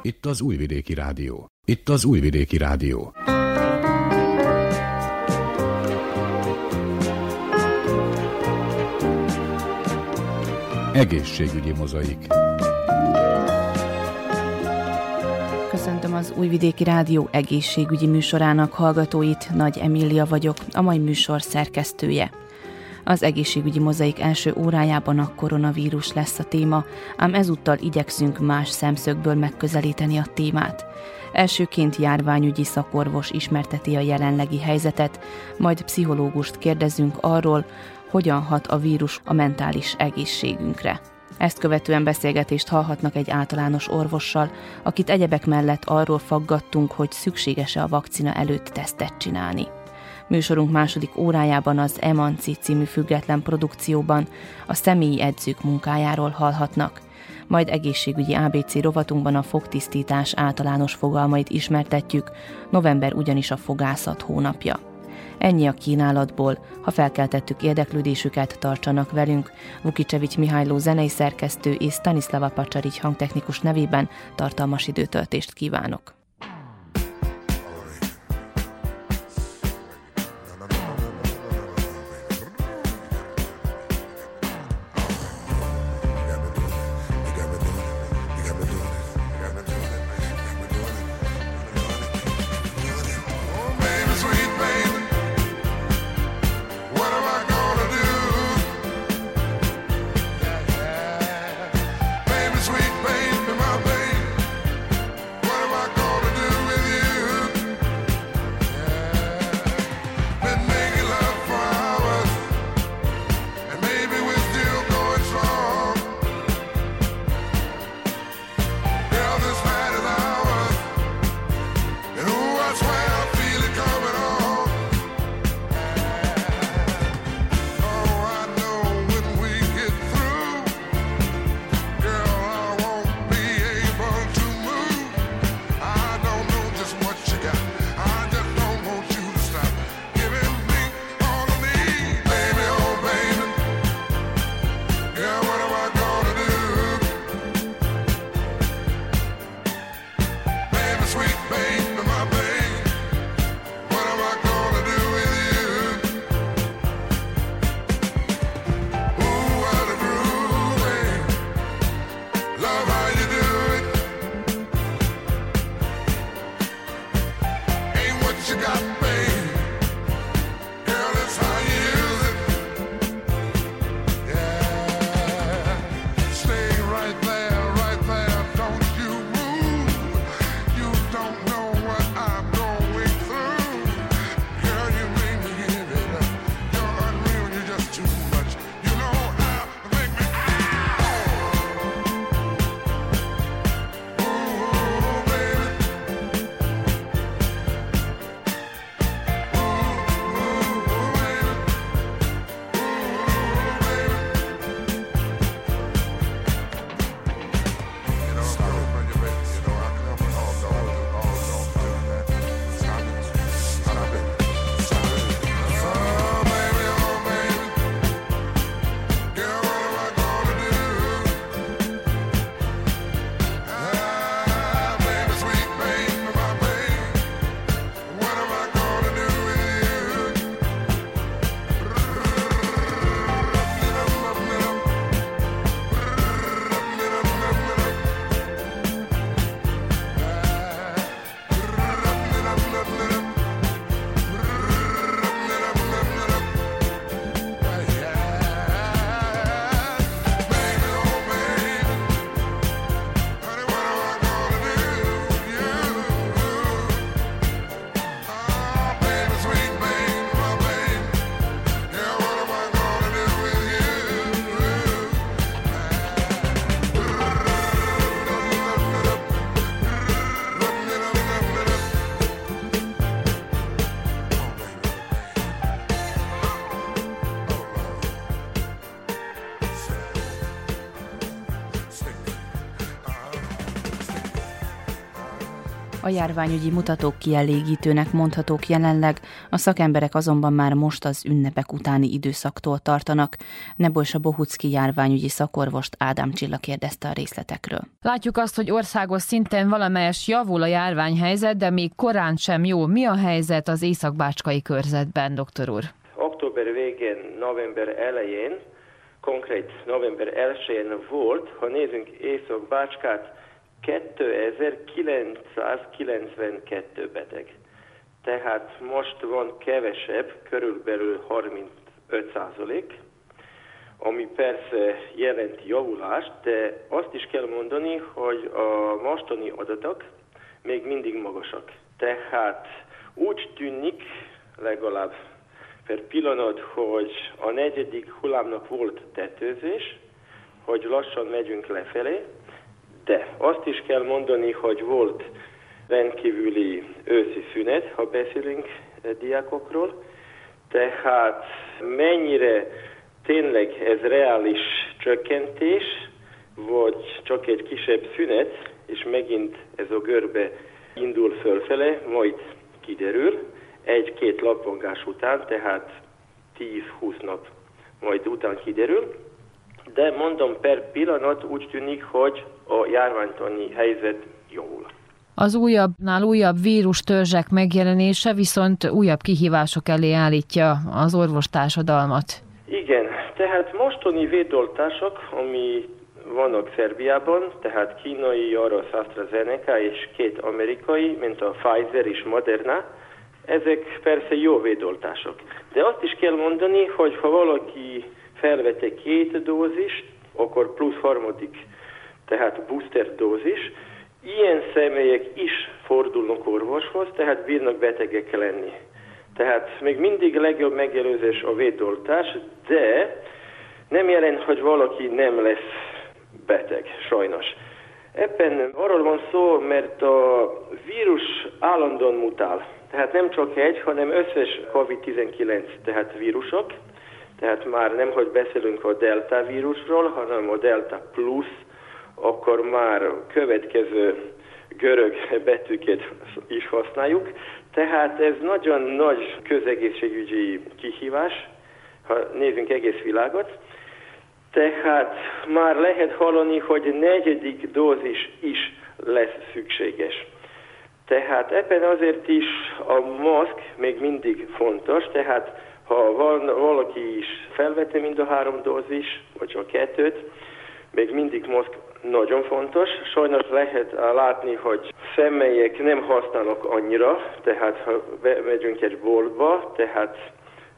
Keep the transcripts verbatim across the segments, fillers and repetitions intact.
Itt az Újvidéki Rádió. Itt az Újvidéki Rádió. Egészségügyi mozaik. Köszöntöm az Újvidéki Rádió egészségügyi műsorának hallgatóit, Nagy Emília vagyok, a mai műsor szerkesztője. Az egészségügyi mozaik első órájában a koronavírus lesz a téma, ám ezúttal igyekszünk más szemszögből megközelíteni a témát. Elsőként járványügyi szakorvos ismerteti a jelenlegi helyzetet, majd pszichológust kérdezünk arról, hogyan hat a vírus a mentális egészségünkre. Ezt követően beszélgetést hallhatnak egy általános orvossal, akit egyebek mellett arról faggattunk, hogy szükséges-e a vakcina előtt tesztet csinálni. Műsorunk második órájában az Emanci című független produkcióban a személyi edzők munkájáról hallhatnak. Majd egészségügyi á bé cé rovatunkban a fogtisztítás általános fogalmait ismertetjük, november ugyanis a fogászat hónapja. Ennyi a kínálatból, ha felkeltettük érdeklődésüket, tartsanak velünk. Vukicevics Mihályló zenei szerkesztő és Stanislava Pacsarics hangtechnikus nevében tartalmas időtöltést kívánok. Sweet baby, my baby, what am I gonna A járványügyi mutatók kielégítőnek mondhatók jelenleg, a szakemberek azonban már most az ünnepek utáni időszaktól tartanak. Nebojsa Bohucki járványügyi szakorvost Ádám Csilla kérdezte a részletekről. Látjuk azt, hogy országos szinten valamelyes javul a járványhelyzet, de még korán sem jó. Mi a helyzet az észak-bácskai körzetben, doktor úr? Október végén, november elején, konkrét november elsején volt, ha nézzünk Észak-Bácskát, kétezer-kilencszázkilencvenkettő beteg. Tehát most van kevesebb, körülbelül harmincöt százalék, ami persze jelent javulást, de azt is kell mondani, hogy a mostani adatok még mindig magasak. Tehát úgy tűnik, legalább per pillanat, hogy a negyedik hullámnak volt tetőzés, hogy lassan megyünk lefelé, de azt is kell mondani, hogy volt rendkívüli őszi szünet, ha beszélünk diákokról, tehát mennyire tényleg ez reális csökkentés, vagy csak egy kisebb szünet, és megint ez a görbe indul fölfele, majd kiderül egy-két lappangás után, tehát tíz-húsz nap majd után kiderül. De mondom, per pillanat úgy tűnik, hogy a járványtani helyzet javul. Az újabbnál újabb vírustörzsek megjelenése viszont újabb kihívások elé állítja az orvostársadalmat. Igen, tehát mostani védoltások, ami vannak Szerbiában, tehát kínai, orosz, AstraZeneca és két amerikai, mint a Pfizer és Moderna, ezek persze jó védoltások. De azt is kell mondani, hogy ha valaki felvette két dózist, akkor plusz harmadik, tehát booster dózis, ilyen személyek is fordulnak orvoshoz, tehát bírnak betegek lenni. Tehát még mindig legjobb megelőzés a védoltás, de nem jelent, hogy valaki nem lesz beteg, sajnos. Ebben arról van szó, mert a vírus állandóan mutál. Tehát nem csak egy, hanem összes kovid tizenkilenc, tehát vírusok. Tehát már nem, hogy beszélünk a delta vírusról, hanem a delta plusz, akkor már következő görög betűket is használjuk. Tehát ez nagyon nagy közegészségügyi kihívás, ha nézzünk egész világot. Tehát már lehet hallani, hogy negyedik dózis is lesz szükséges. Tehát ebben azért is a maszk még mindig fontos, tehát ha van, valaki is felvette mind a három dózis, vagy csak kettőt, még mindig maszk nagyon fontos. Sajnos lehet látni, hogy személyek nem használnak annyira, tehát ha megyünk egy boltba, tehát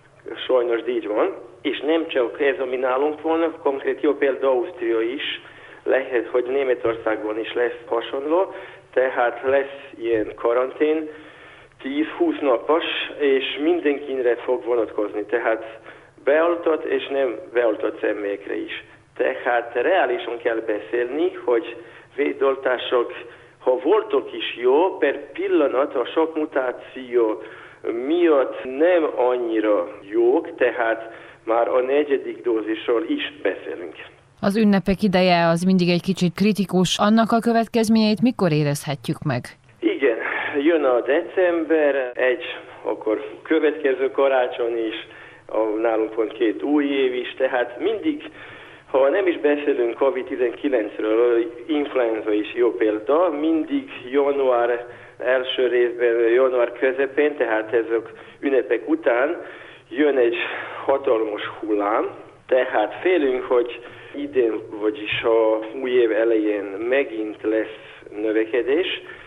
sajnos így van. És nem csak ez, ami nálunk van, konkrét jó példa Ausztria is, lehet, hogy Németországban is lesz hasonló, tehát lesz ilyen karantén, tíz-húsz napos, és mindenkire fog vonatkozni, tehát beoltott és nem beoltott személyekre is. Tehát reálisan kell beszélni, hogy védoltások, ha voltak is jó, per pillanat a sok mutáció miatt nem annyira jók, tehát már a negyedik dózisról is beszélünk. Az ünnepek ideje az mindig egy kicsit kritikus. Annak a következményeit mikor érezhetjük meg? Igen, jön a december, egy, akkor következő karácsony is, a, nálunk van két új év is, tehát mindig, ha nem is beszélünk kovid tizenkilencről, influenza is jó példa, mindig január első részben, január közepén, tehát ezek ünnepek után jön egy hatalmas hullám, tehát félünk, hogy idén, vagyis a új év elején megint lesz növekedés.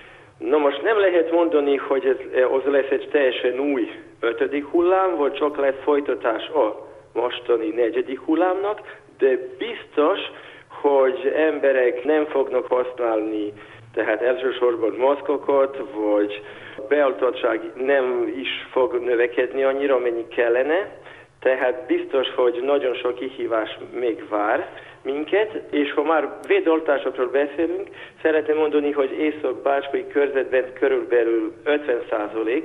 Na most nem lehet mondani, hogy ez, az lesz egy teljesen új ötödik hullám, vagy csak lesz folytatás a mostani negyedik hullámnak, de biztos, hogy emberek nem fognak használni, tehát elsősorban maszkokat, vagy beoltottság nem is fog növekedni annyira, amennyi kellene. Tehát biztos, hogy nagyon sok kihívás még vár minket, és ha már védoltásokról beszélünk, szeretném mondani, hogy észak-bácskai körzetben körülbelül ötven százalék,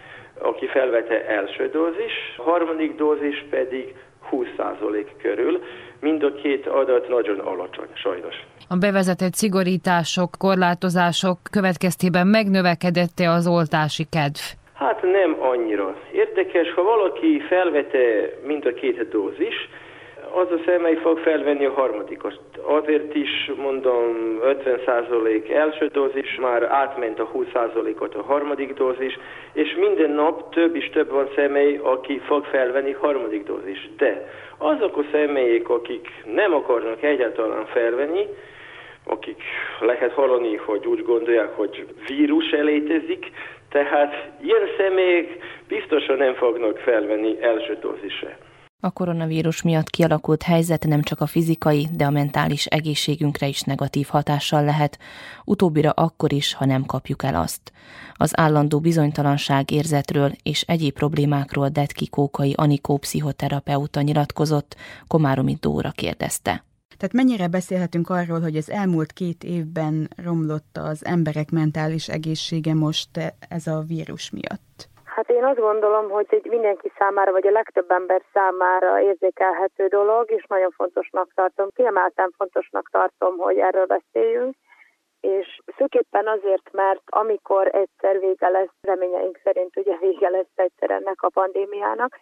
aki felvette első dózis, a harmadik dózis pedig húsz százalék körül. mind a két adat nagyon alacsony, sajnos. A bevezetett szigorítások, korlátozások következtében megnövekedett-e az oltási kedv? Hát nem annyira. Érdekes, ha valaki felvette mind a két dózis, az a személy fog felvenni a harmadikot. Azért is mondom, ötven százalék első dózis, már átment a húsz százalékot a harmadik dózis, és minden nap több és több van személy, aki fog felvenni harmadik dózis. De azok a személyek, akik nem akarnak egyáltalán felvenni, akik lehet hallani, hogy úgy gondolják, hogy vírus létezik, tehát ilyen személyek biztosan nem fognak felvenni első dózisra. A koronavírus miatt kialakult helyzet nem csak a fizikai, de a mentális egészségünkre is negatív hatással lehet, utóbbira akkor is, ha nem kapjuk el azt. Az állandó bizonytalanság érzetről és egyéb problémákról Detki Kókai Anikó pszichoterapeuta nyilatkozott, Komáromi Dóra kérdezte. Tehát mennyire beszélhetünk arról, hogy az elmúlt két évben romlott az emberek mentális egészsége most ez a vírus miatt? Hát én azt gondolom, hogy egy mindenki számára, vagy a legtöbb ember számára érzékelhető dolog, és nagyon fontosnak tartom, kiemelten fontosnak tartom, hogy erről beszéljünk, és főképpen azért, mert amikor egyszer vége lesz, reményeink szerint ugye vége lesz egyszer ennek a pandémiának,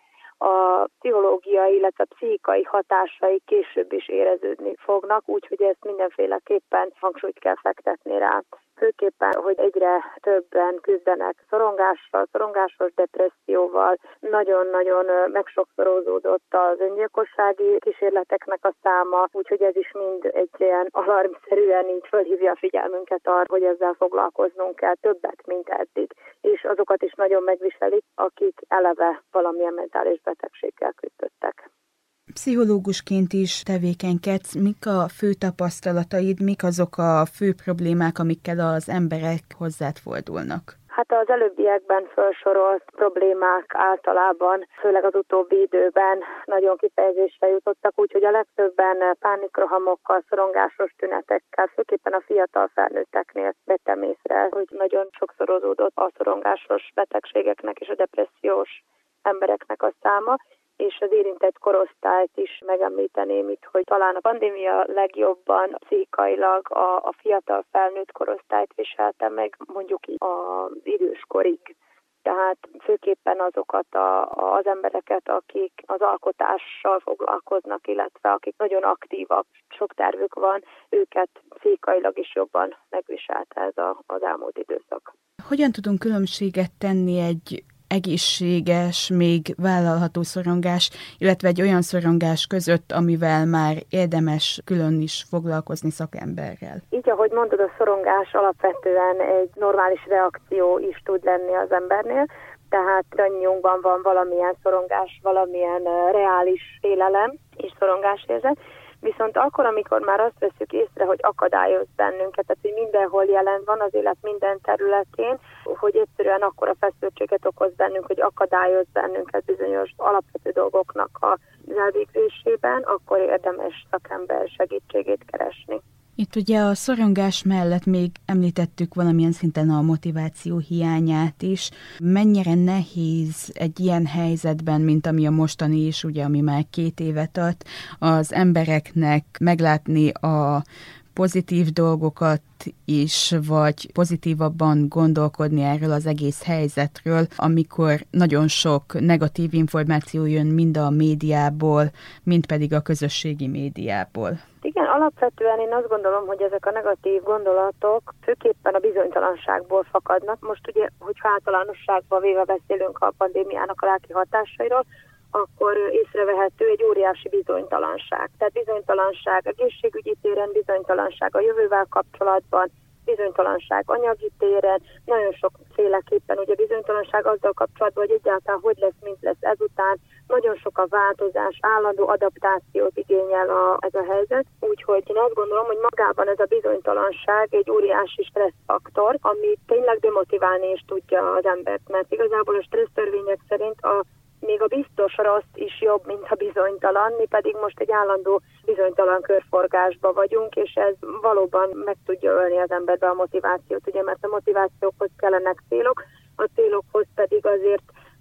a pszichológiai, illetve a pszichikai hatásai később is éreződni fognak, úgyhogy ezt mindenféleképpen hangsúlyt kell fektetni rá. Főképpen, hogy egyre többen küzdenek szorongással, szorongásos depresszióval, nagyon-nagyon megsokszorozódott az öngyilkossági kísérleteknek a száma, úgyhogy ez is mind egy ilyen alarmszerűen így fölhívja a figyelmünket arra, hogy ezzel foglalkoznunk kell többet, mint eddig. És azokat is nagyon megviselik, akik eleve valamilyen mentális betegséggel küzdöttek. Pszichológusként is tevékenykedsz, mik a fő tapasztalataid, mik azok a fő problémák, amikkel az emberek hozzád fordulnak? Hát az előbbiekben felsorolt problémák általában, főleg az utóbbi időben nagyon kifejezésre jutottak, úgyhogy a legtöbben pánikrohamokkal, szorongásos tünetekkel, főképpen a fiatal felnőtteknél vettem észre, hogy nagyon sokszorozódott a szorongásos betegségeknek és a depressziós embereknek a száma, és az érintett korosztályt is megemlíteném itt, hogy talán a pandémia legjobban pszichikailag a, a fiatal felnőtt korosztályt viselte meg, mondjuk így az időskorig. Tehát főképpen azokat a, az embereket, akik az alkotással foglalkoznak, illetve akik nagyon aktívak, sok tervük van, őket pszichikailag is jobban megviselte ez a, az elmúlt időszak. Hogyan tudunk különbséget tenni egy egészséges, még vállalható szorongás, illetve egy olyan szorongás között, amivel már érdemes külön is foglalkozni szakemberrel? Így, ahogy mondod, a szorongás alapvetően egy normális reakció is tud lenni az embernél, tehát annyiunkban van valamilyen szorongás, valamilyen reális félelem és szorongásérzet, viszont akkor, amikor már azt veszük észre, hogy akadályoz bennünket, tehát hogy mindenhol jelen van az élet minden területén, hogy egyszerűen akkora feszültséget okoz bennünk, hogy akadályoz bennünket bizonyos alapvető dolgoknak az elvégzésében, akkor érdemes szakember segítségét keresni. Itt ugye a szorongás mellett még említettük valamilyen szinten a motiváció hiányát is. Mennyire nehéz egy ilyen helyzetben, mint ami a mostani is, ugye, ami már két éve tart, az embereknek meglátni a pozitív dolgokat is, vagy pozitívabban gondolkodni erről az egész helyzetről, amikor nagyon sok negatív információ jön mind a médiából, mind pedig a közösségi médiából. Igen, alapvetően én azt gondolom, hogy ezek a negatív gondolatok főképpen a bizonytalanságból fakadnak. Most ugye, hogyha általánosságban véve beszélünk a pandémiának a lelki hatásairól, akkor észrevehető egy óriási bizonytalanság. Tehát bizonytalanság egészségügyi téren, bizonytalanság a jövővel kapcsolatban, bizonytalanság anyagi téren, nagyon sokféleképpen ugye bizonytalanság azzal kapcsolatban, hogy egyáltalán hogy lesz, mint lesz ezután, nagyon sok a változás, állandó adaptációt igényel a, ez a helyzet, úgyhogy én azt gondolom, hogy magában ez a bizonytalanság egy óriási stresszfaktor, ami tényleg demotiválni is tudja az embert, mert igazából a stressztörvények szerint a még a biztos rossz is jobb, mint a bizonytalan, mi pedig most egy állandó bizonytalan körforgásba vagyunk, és ez valóban meg tudja ölni az emberbe a motivációt, ugye, mert a motivációkhoz kellenek célok, a célokhoz pedig azért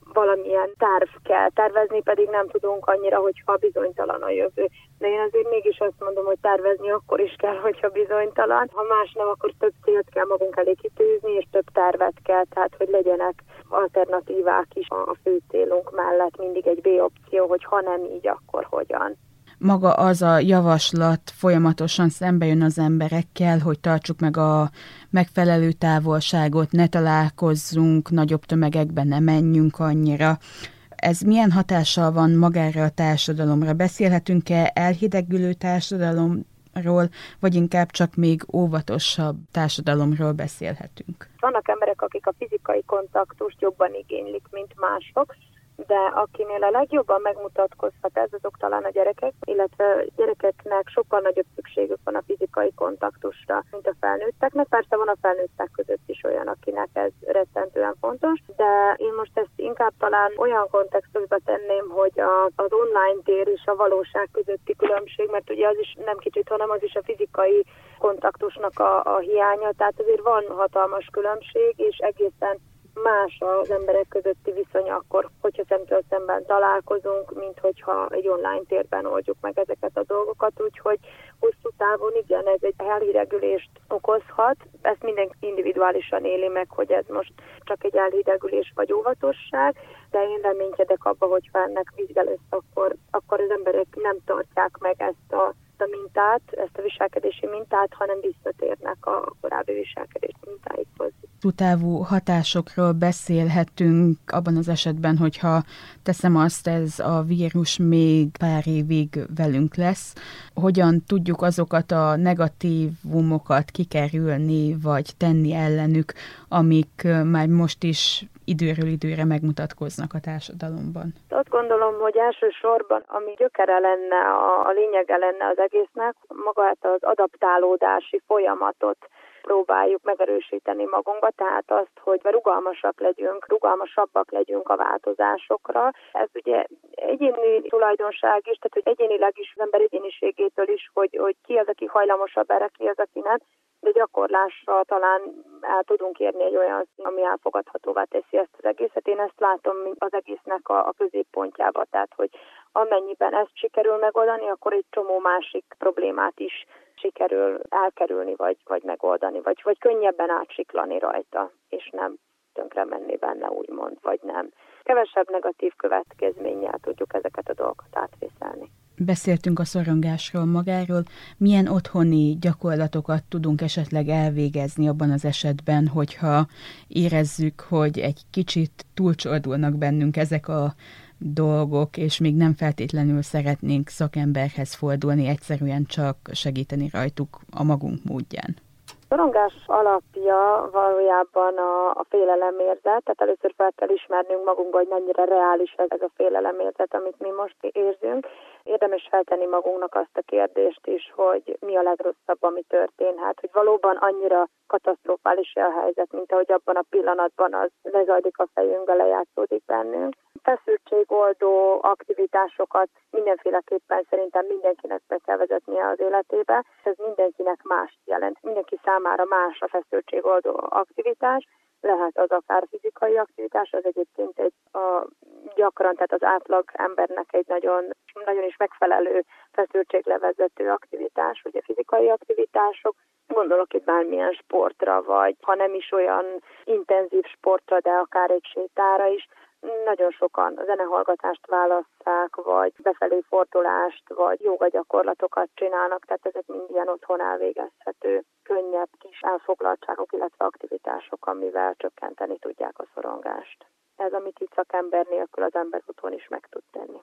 valamilyen terv kell tervezni, pedig nem tudunk annyira, hogyha bizonytalan a jövő. De én azért mégis azt mondom, hogy tervezni akkor is kell, hogyha bizonytalan. Ha más nem, akkor több célt kell magunk elé kitűzni, és több tervet kell, tehát hogy legyenek alternatívák is a fő célunk mellett, mindig egy B-opció, hogy ha nem így, akkor hogyan. Maga az a javaslat folyamatosan szembe jön az emberekkel, hogy tartsuk meg a megfelelő távolságot, ne találkozzunk, nagyobb tömegekben ne menjünk annyira. Ez milyen hatással van magára a társadalomra? Beszélhetünk-e elhidegülő társadalomról, vagy inkább csak még óvatosabb társadalomról beszélhetünk? Vannak emberek, akik a fizikai kontaktust jobban igénylik, mint mások, de akinél a legjobban megmutatkozhat ez, azok talán a gyerekek, illetve gyerekeknek sokkal nagyobb szükségük van a fizikai kontaktusra, mint a felnőtteknek. Persze van a felnőttek között is olyan, akinek ez rettentően fontos, de én most ezt inkább talán olyan kontextusba tenném, hogy a, az online tér és a valóság közötti különbség, mert ugye az is nem kicsit, hanem az is a fizikai kontaktusnak a, a hiánya, tehát azért van hatalmas különbség, és egészen más az emberek közötti viszony akkor, hogyha szemtől szemben találkozunk, mint hogyha egy online térben oldjuk meg ezeket a dolgokat, úgyhogy hosszú távon igen, ez egy elhidegülést okozhat. Ezt mindenki individuálisan éli meg, hogy ez most csak egy elhidegülés vagy óvatosság, de én reménykedek abba, hogy ha ennek vizsgál lesz, akkor, akkor az emberek nem tartják meg ezt a a mintát, ezt a viselkedési mintát, hanem visszatérnek a korábbi viselkedési mintáikhoz. Távú hatásokról beszélhetünk abban az esetben, hogyha teszem azt, ez a vírus még pár évig velünk lesz. Hogyan tudjuk azokat a negatívumokat kikerülni, vagy tenni ellenük, amik már most is időről időre megmutatkoznak a társadalomban? Azt gondolom, hogy elsősorban, ami gyökere lenne, a, a lényege lenne az egésznek, magát az adaptálódási folyamatot próbáljuk megerősíteni magunkba, tehát azt, hogy rugalmasak legyünk, rugalmasabbak legyünk a változásokra. Ez ugye egyéni tulajdonság is, tehát hogy egyénileg is, az ember egyéniségétől is, hogy, hogy ki az, aki hajlamosabb erre, ki az, aki nem, de gyakorlásra talán el tudunk érni egy olyan szín, ami elfogadhatóvá teszi ezt az egészet. Én ezt látom az egésznek a, a középpontjába, tehát hogy amennyiben ezt sikerül megoldani, akkor egy csomó másik problémát is sikerül elkerülni, vagy, vagy megoldani, vagy, vagy könnyebben átsiklani rajta, és nem tönkre menni benne, úgymond, vagy nem. Kevesebb negatív következménnyel tudjuk ezeket a dolgokat átvészelni. Beszéltünk a szorongásról magáról. Milyen otthoni gyakorlatokat tudunk esetleg elvégezni abban az esetben, hogyha érezzük, hogy egy kicsit túlcsordulnak bennünk ezek a dolgok, és még nem feltétlenül szeretnénk szakemberhez fordulni, egyszerűen csak segíteni rajtuk a magunk módján? A szorongás alapja valójában a, a félelemérzet, tehát először fel kell ismernünk magunkba, hogy mennyire reális ez, ez a félelemérzet, amit mi most érzünk. Érdemes feltenni magunknak azt a kérdést is, hogy mi a legrosszabb, ami történhet, hogy valóban annyira katasztrofális a helyzet, mint ahogy abban a pillanatban az lezajlik a fejünkbe, lejátszódik bennünk. Feszültségoldó aktivitásokat mindenféleképpen szerintem mindenkinek be kell vezetnie az életébe, és ez mindenkinek mást jelent. Mindenki számára más a feszültségoldó aktivitás, lehet az akár fizikai aktivitás, az egyébként egy a, gyakran, tehát az átlag embernek egy nagyon, nagyon is megfelelő feszültséglevezető aktivitás, ugye fizikai aktivitások. Gondolok itt bármilyen sportra, vagy ha nem is olyan intenzív sportra, de akár egy sétára is. Nagyon sokan zenehallgatást választák, vagy befelé fordulást, vagy jóga gyakorlatokat csinálnak, tehát ezek mind ilyen otthon elvégezhető, könnyebb kis elfoglaltságok, illetve aktivitások, amivel csökkenteni tudják a szorongást. Ez, amit itt szakember nélkül az ember otthon is meg tud tenni.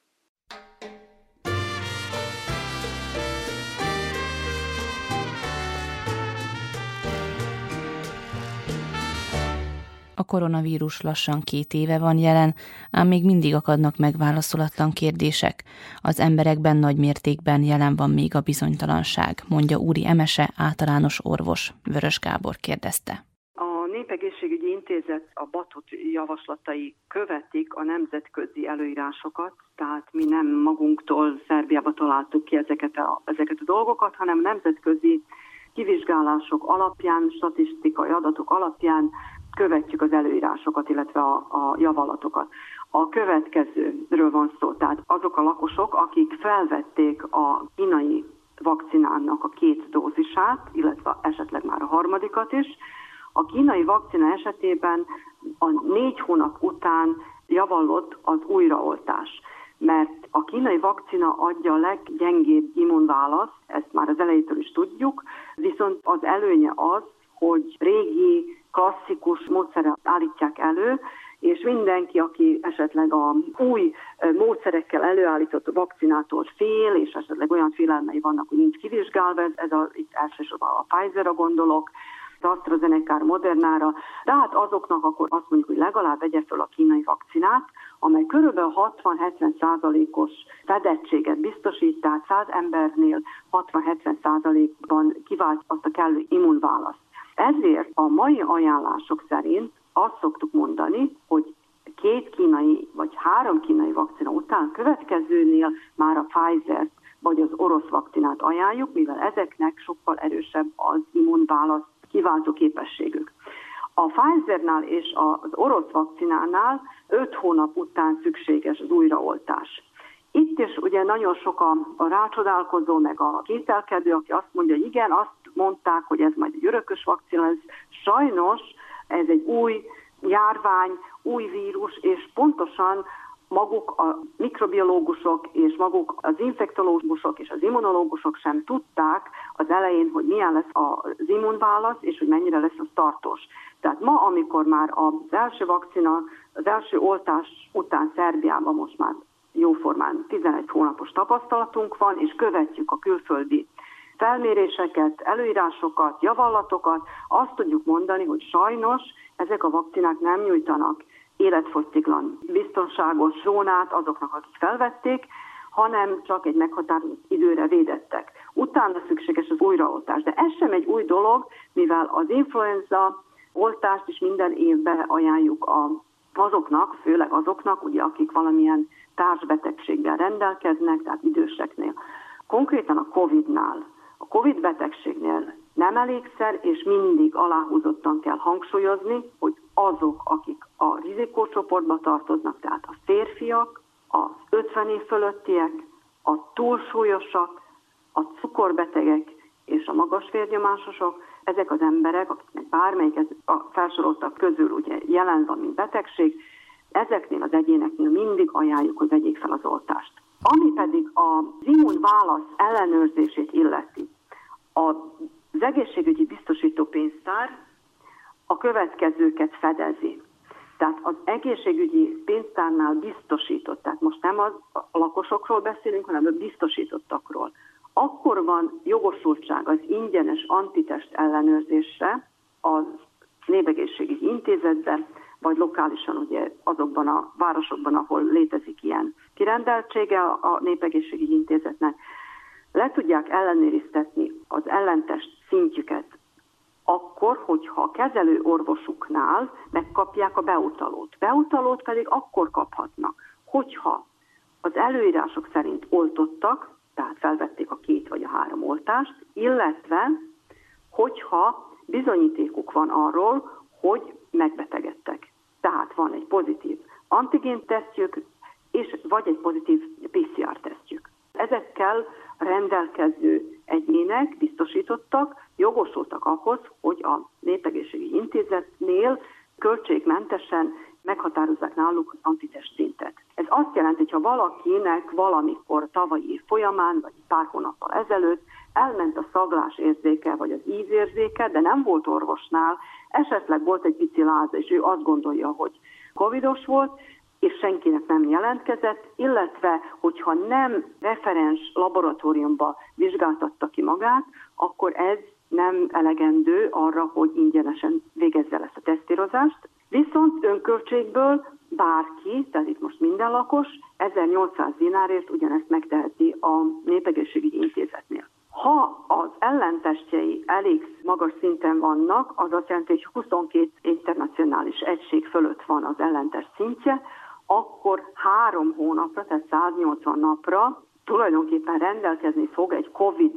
A koronavírus lassan két éve van jelen, ám még mindig akadnak megválaszolatlan kérdések. Az emberekben nagy mértékben jelen van még a bizonytalanság, mondja Úri Emese, általános orvos. Vörös Gábor kérdezte. A Népegészségügyi Intézet a batot javaslatai követik a nemzetközi előírásokat, tehát mi nem magunktól Szerbiába találtuk ki ezeket a, ezeket a dolgokat, hanem nemzetközi kivizsgálások alapján, statisztikai adatok alapján követjük az előírásokat, illetve a, a javallatokat. A következőről van szó, tehát azok a lakosok, akik felvették a kínai vakcinának a két dózisát, illetve esetleg már a harmadikat is. A kínai vakcina esetében a négy hónap után javallott az újraoltás, mert a kínai vakcina adja a leggyengébb immunválaszt, ezt már az elejétől is tudjuk, viszont az előnye az, hogy régi, klasszikus módszerrel állítják elő, és mindenki, aki esetleg a új módszerekkel előállított vakcinától fél, és esetleg olyan félelmei vannak, hogy nincs kivizsgálva, ez a, itt elsősorban a Pfizerra gondolok, az AstraZeneca-ra, Modernára, tehát azoknak akkor azt mondjuk, hogy legalább vegye föl a kínai vakcinát, amely körülbelül hatvan-hetven százalékos fedettséget biztosít, tehát száz embernél hatvan-hetven százalékban kivált azt a kellő immunválaszt. Ezért a mai ajánlások szerint azt szoktuk mondani, hogy két kínai vagy három kínai vakcina után következőnél már a Pfizer-t vagy az orosz vakcinát ajánljuk, mivel ezeknek sokkal erősebb az immunválasz kiváltó képességük. A Pfizernál és az orosz vakcinánál öt hónap után szükséges az újraoltás. Itt is ugye nagyon sok a, a rácsodálkozó, meg a kételkedő, aki azt mondja, hogy igen, azt mondták, hogy ez majd egy örökös vakcina, ez sajnos ez egy új járvány, új vírus, és pontosan maguk a mikrobiológusok és maguk az infektológusok és az immunológusok sem tudták az elején, hogy milyen lesz az immunválasz, és hogy mennyire lesz az tartós. Tehát ma, amikor már az első vakcina, az első oltás után Szerbiában most már jóformán tizenegy hónapos tapasztalatunk van, és követjük a külföldi felméréseket, előírásokat, javallatokat, azt tudjuk mondani, hogy sajnos ezek a vakcinák nem nyújtanak életfogytiglan biztonságos zónát azoknak, akik felvették, hanem csak egy meghatározott időre védettek. Utána szükséges az újraoltás, de ez sem egy új dolog, mivel az influenza oltást is minden évben ajánljuk a, azoknak, főleg azoknak, ugye, akik valamilyen társbetegséggel rendelkeznek, tehát időseknél. Konkrétan a Covidnál, a Covid betegségnél nem elégszer, és mindig aláhúzottan kell hangsúlyozni, hogy azok, akik a rizikócsoportba tartoznak, tehát a férfiak, az ötven év fölöttiek, a túlsúlyosak, a cukorbetegek és a magas vérnyomásosok, ezek az emberek, akiknek bármelyik a felsoroltak közül ugye jelen van, mint betegség, ezeknél az egyéneknél mindig ajánljuk, hogy vegyék fel az oltást. Ami pedig az immunválasz ellenőrzését illeti, az egészségügyi biztosítópénztár a következőket fedezi. Tehát az egészségügyi pénztárnál biztosított, tehát most nem az a lakosokról beszélünk, hanem a biztosítottakról. Akkor van jogosultság az ingyenes antitest ellenőrzésre a Népegészségügyi Intézetben, vagy lokálisan ugye azokban a városokban, ahol létezik ilyen kirendeltsége a Népegészségügyi Intézetnek, le tudják ellenőriztetni az ellentest szintjüket akkor, hogyha a kezelő orvosuknál megkapják a beutalót. Beutalót pedig akkor kaphatnak, hogyha az előírások szerint oltottak, tehát felvették a két vagy a három oltást, illetve hogyha bizonyítékuk van arról, hogy megbetegedtek. Tehát van egy pozitív antigén-tesztjük, és vagy egy pozitív pé cé er-tesztjük. Ezekkel rendelkező egyének biztosítottak, jogosultak ahhoz, hogy a Népegészségügyi Intézetnél költségmentesen meghatározzák náluk antitest szintet. Ez azt jelenti, hogy ha valakinek valamikor tavalyi év folyamán, vagy pár hónappal ezelőtt elment a szaglás érzéke, vagy az ízérzéke, de nem volt orvosnál, esetleg volt egy pici láza, és ő azt gondolja, hogy covidos volt, és senkinek nem jelentkezett, illetve hogyha nem referens laboratóriumba vizsgáltatta ki magát, akkor ez nem elegendő arra, hogy ingyenesen végezze ezt a tesztírozást. Viszont önköltségből bárki, tehát itt most minden lakos, ezernyolcszáz dinárért ugyanezt megteheti a Népegészségügyi Intézetnél. Ha az ellentestjei elég magas szinten vannak, az azt jelenti, hogy huszonkét internacionális egység fölött van az ellentest szintje, akkor három hónapra, tehát száznyolcvan napra tulajdonképpen rendelkezni fog egy Covid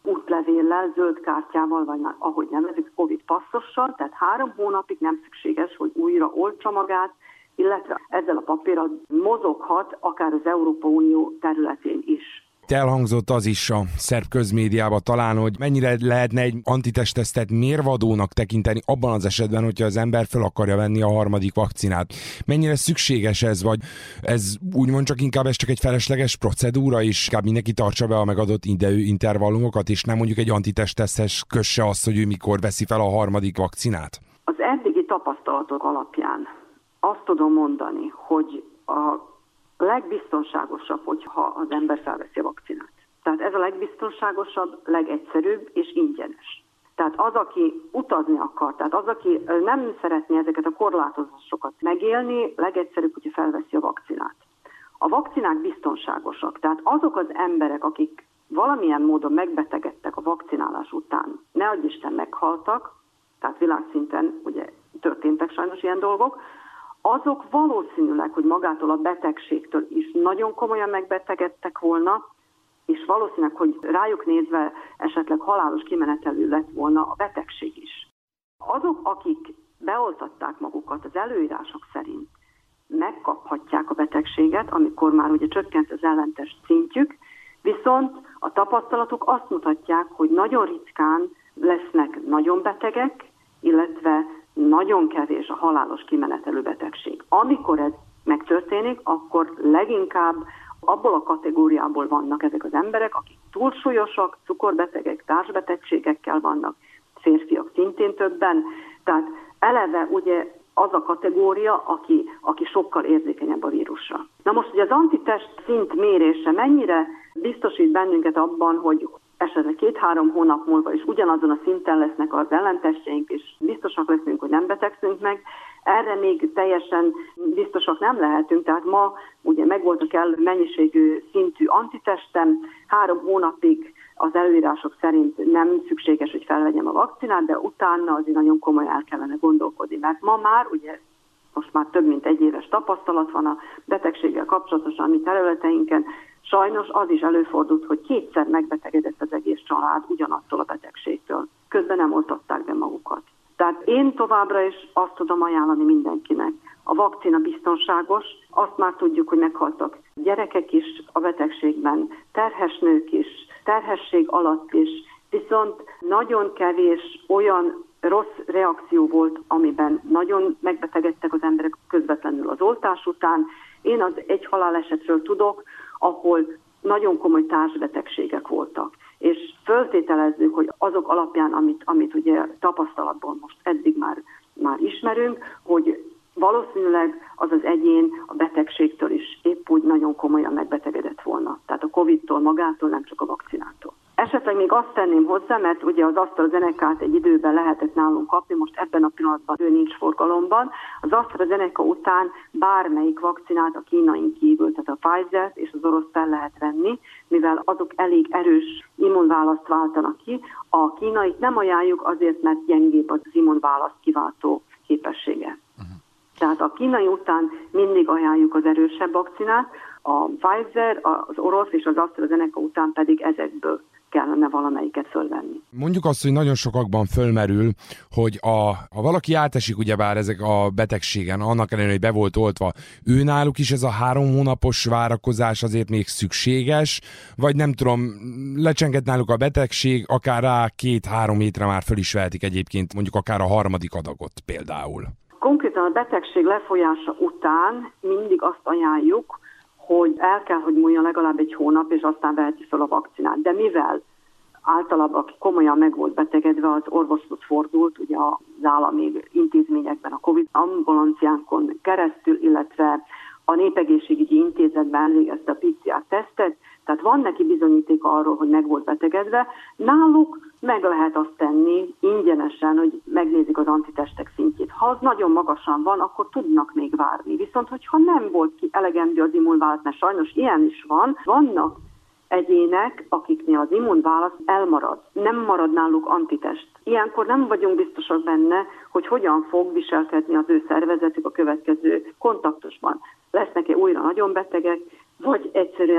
útlevéllel, zöld kártyával, vagy már ahogy nevezik, Covid passzossal, tehát három hónapig nem szükséges, hogy újra oltsa magát, illetve ezzel a papírral mozoghat akár az Európai Unió területén is. Elhangzott az is a szerb közmédiában talán, hogy mennyire lehetne egy antitesttesztet mérvadónak tekinteni abban az esetben, hogyha az ember fel akarja venni a harmadik vakcinát. Mennyire szükséges ez, vagy ez úgymond csak inkább ez csak egy felesleges procedúra, és inkább mindenki tartsa be a megadott időintervallumokat, és nem mondjuk egy antitestteszthez kösse azt, hogy ő mikor veszi fel a harmadik vakcinát? Az eddigi tapasztalatok alapján azt tudom mondani, hogy a legbiztonságosabb, hogyha az ember felveszi a vakcinát. Tehát ez a legbiztonságosabb, legegyszerűbb és ingyenes. Tehát az, aki utazni akar, tehát az, aki nem szeretné ezeket a korlátozásokat megélni, legegyszerűbb, hogyha felveszi a vakcinát. A vakcinák biztonságosak, tehát azok az emberek, akik valamilyen módon megbetegedtek a vakcinálás után, ne adj Isten meghaltak, tehát világszinten ugye történtek sajnos ilyen dolgok, azok valószínűleg, hogy magától a betegségtől is nagyon komolyan megbetegedtek volna, és valószínűleg, hogy rájuk nézve esetleg halálos kimenetelű lett volna a betegség is. Azok, akik beoltatták magukat az előírások szerint, megkaphatják a betegséget, amikor már ugye csökkent az ellentest szintjük, viszont a tapasztalatok azt mutatják, hogy nagyon ritkán lesznek nagyon betegek, illetve nagyon kevés a halálos kimenetelű betegség. Amikor ez megtörténik, akkor leginkább abból a kategóriából vannak ezek az emberek, akik túlsúlyosak, cukorbetegek, társbetegségekkel vannak, férfiak szintén többen, tehát eleve ugye az a kategória, aki, aki sokkal érzékenyebb a vírusra. Na most ugye az antitest szint mérése mennyire biztosít bennünket abban, hogy esetleg két-három hónap múlva is ugyanazon a szinten lesznek az ellentestjeink, és biztosak leszünk, hogy nem betegszünk meg. Erre még teljesen biztosak nem lehetünk, tehát ma ugye megvolt a kellő mennyiségű szintű antitestem, három hónapig az előírások szerint nem szükséges, hogy felvegyem a vakcinát, de utána azért nagyon komolyan el kellene gondolkodni, mert ma már ugye most már több mint egy éves tapasztalat van a betegséggel kapcsolatosan a mi területeinken. Sajnos az is előfordult, hogy kétszer megbetegedett az egész család ugyanattól a betegségtől. Közben nem oltották be magukat. Tehát én továbbra is azt tudom ajánlani mindenkinek. A vakcina biztonságos, azt már tudjuk, hogy meghaltak gyerekek is a betegségben, terhes nők is, terhesség alatt is, viszont nagyon kevés olyan rossz reakció volt, amiben nagyon megbetegedtek az emberek közvetlenül az oltás után. Én az egy halálesetről tudok, ahol nagyon komoly társbetegségek voltak. És föltételezzük, hogy azok alapján, amit, amit ugye tapasztalatból most eddig már, már ismerünk, hogy valószínűleg az az egyén a betegségtől is épp úgy nagyon komolyan megbetegedett volna. Tehát a Covid-tól magától, nem csak a vakcinától. Esetleg még azt tenném hozzá, mert ugye az AstraZenecát egy időben lehetett nálunk kapni, most ebben a pillanatban ő nincs forgalomban. Az AstraZeneca után bármelyik vakcinát a kínain kívül, tehát a Pfizer-t és az orosz fel lehet venni, mivel azok elég erős immunválaszt váltanak ki. A kínait nem ajánljuk azért, mert gyengébb az immunválaszt kiváltó képessége. Uh-huh. Tehát a kínai után mindig ajánljuk az erősebb vakcinát, a Pfizer, az orosz és az AstraZeneca után pedig ezekből kellene valamelyiket fölvenni. Mondjuk azt, hogy nagyon sokakban fölmerül, hogy a, ha valaki átesik ugyebár ezek a betegségen, annak ellenére, hogy be volt oltva, ő náluk is ez a három hónapos várakozás azért még szükséges, vagy nem tudom, lecsengett náluk a betegség, akár rá két-három hétre már föl is vehetik egyébként mondjuk akár a harmadik adagot például. Konkrétan a betegség lefolyása után mindig azt ajánljuk, hogy el kell, hogy múljon legalább egy hónap, és aztán veheti fel a vakcinát. De mivel általában, aki komolyan meg volt betegedve, az orvoshoz fordult, ugye az állami intézményekben, a Covid ambulanciánkon keresztül, illetve a Népegészségügyi Intézetben elvégezte a pé cé er-tesztet, tehát van neki bizonyíték arról, hogy meg volt betegedve. Náluk meg lehet azt tenni ingyenesen, hogy megnézik az antitestek szintjét. Ha az nagyon magasan van, akkor tudnak még várni. Viszont, hogyha nem volt ki elegendő az immunválasz, mert sajnos ilyen is van, vannak egyének, akiknél az immunválasz elmarad. Nem marad náluk antitest. Ilyenkor nem vagyunk biztosak benne, hogy hogyan fog viselkedni az ő szervezetük a következő kontaktusban. Lesznek-e újra nagyon betegek, vagy egyszerűen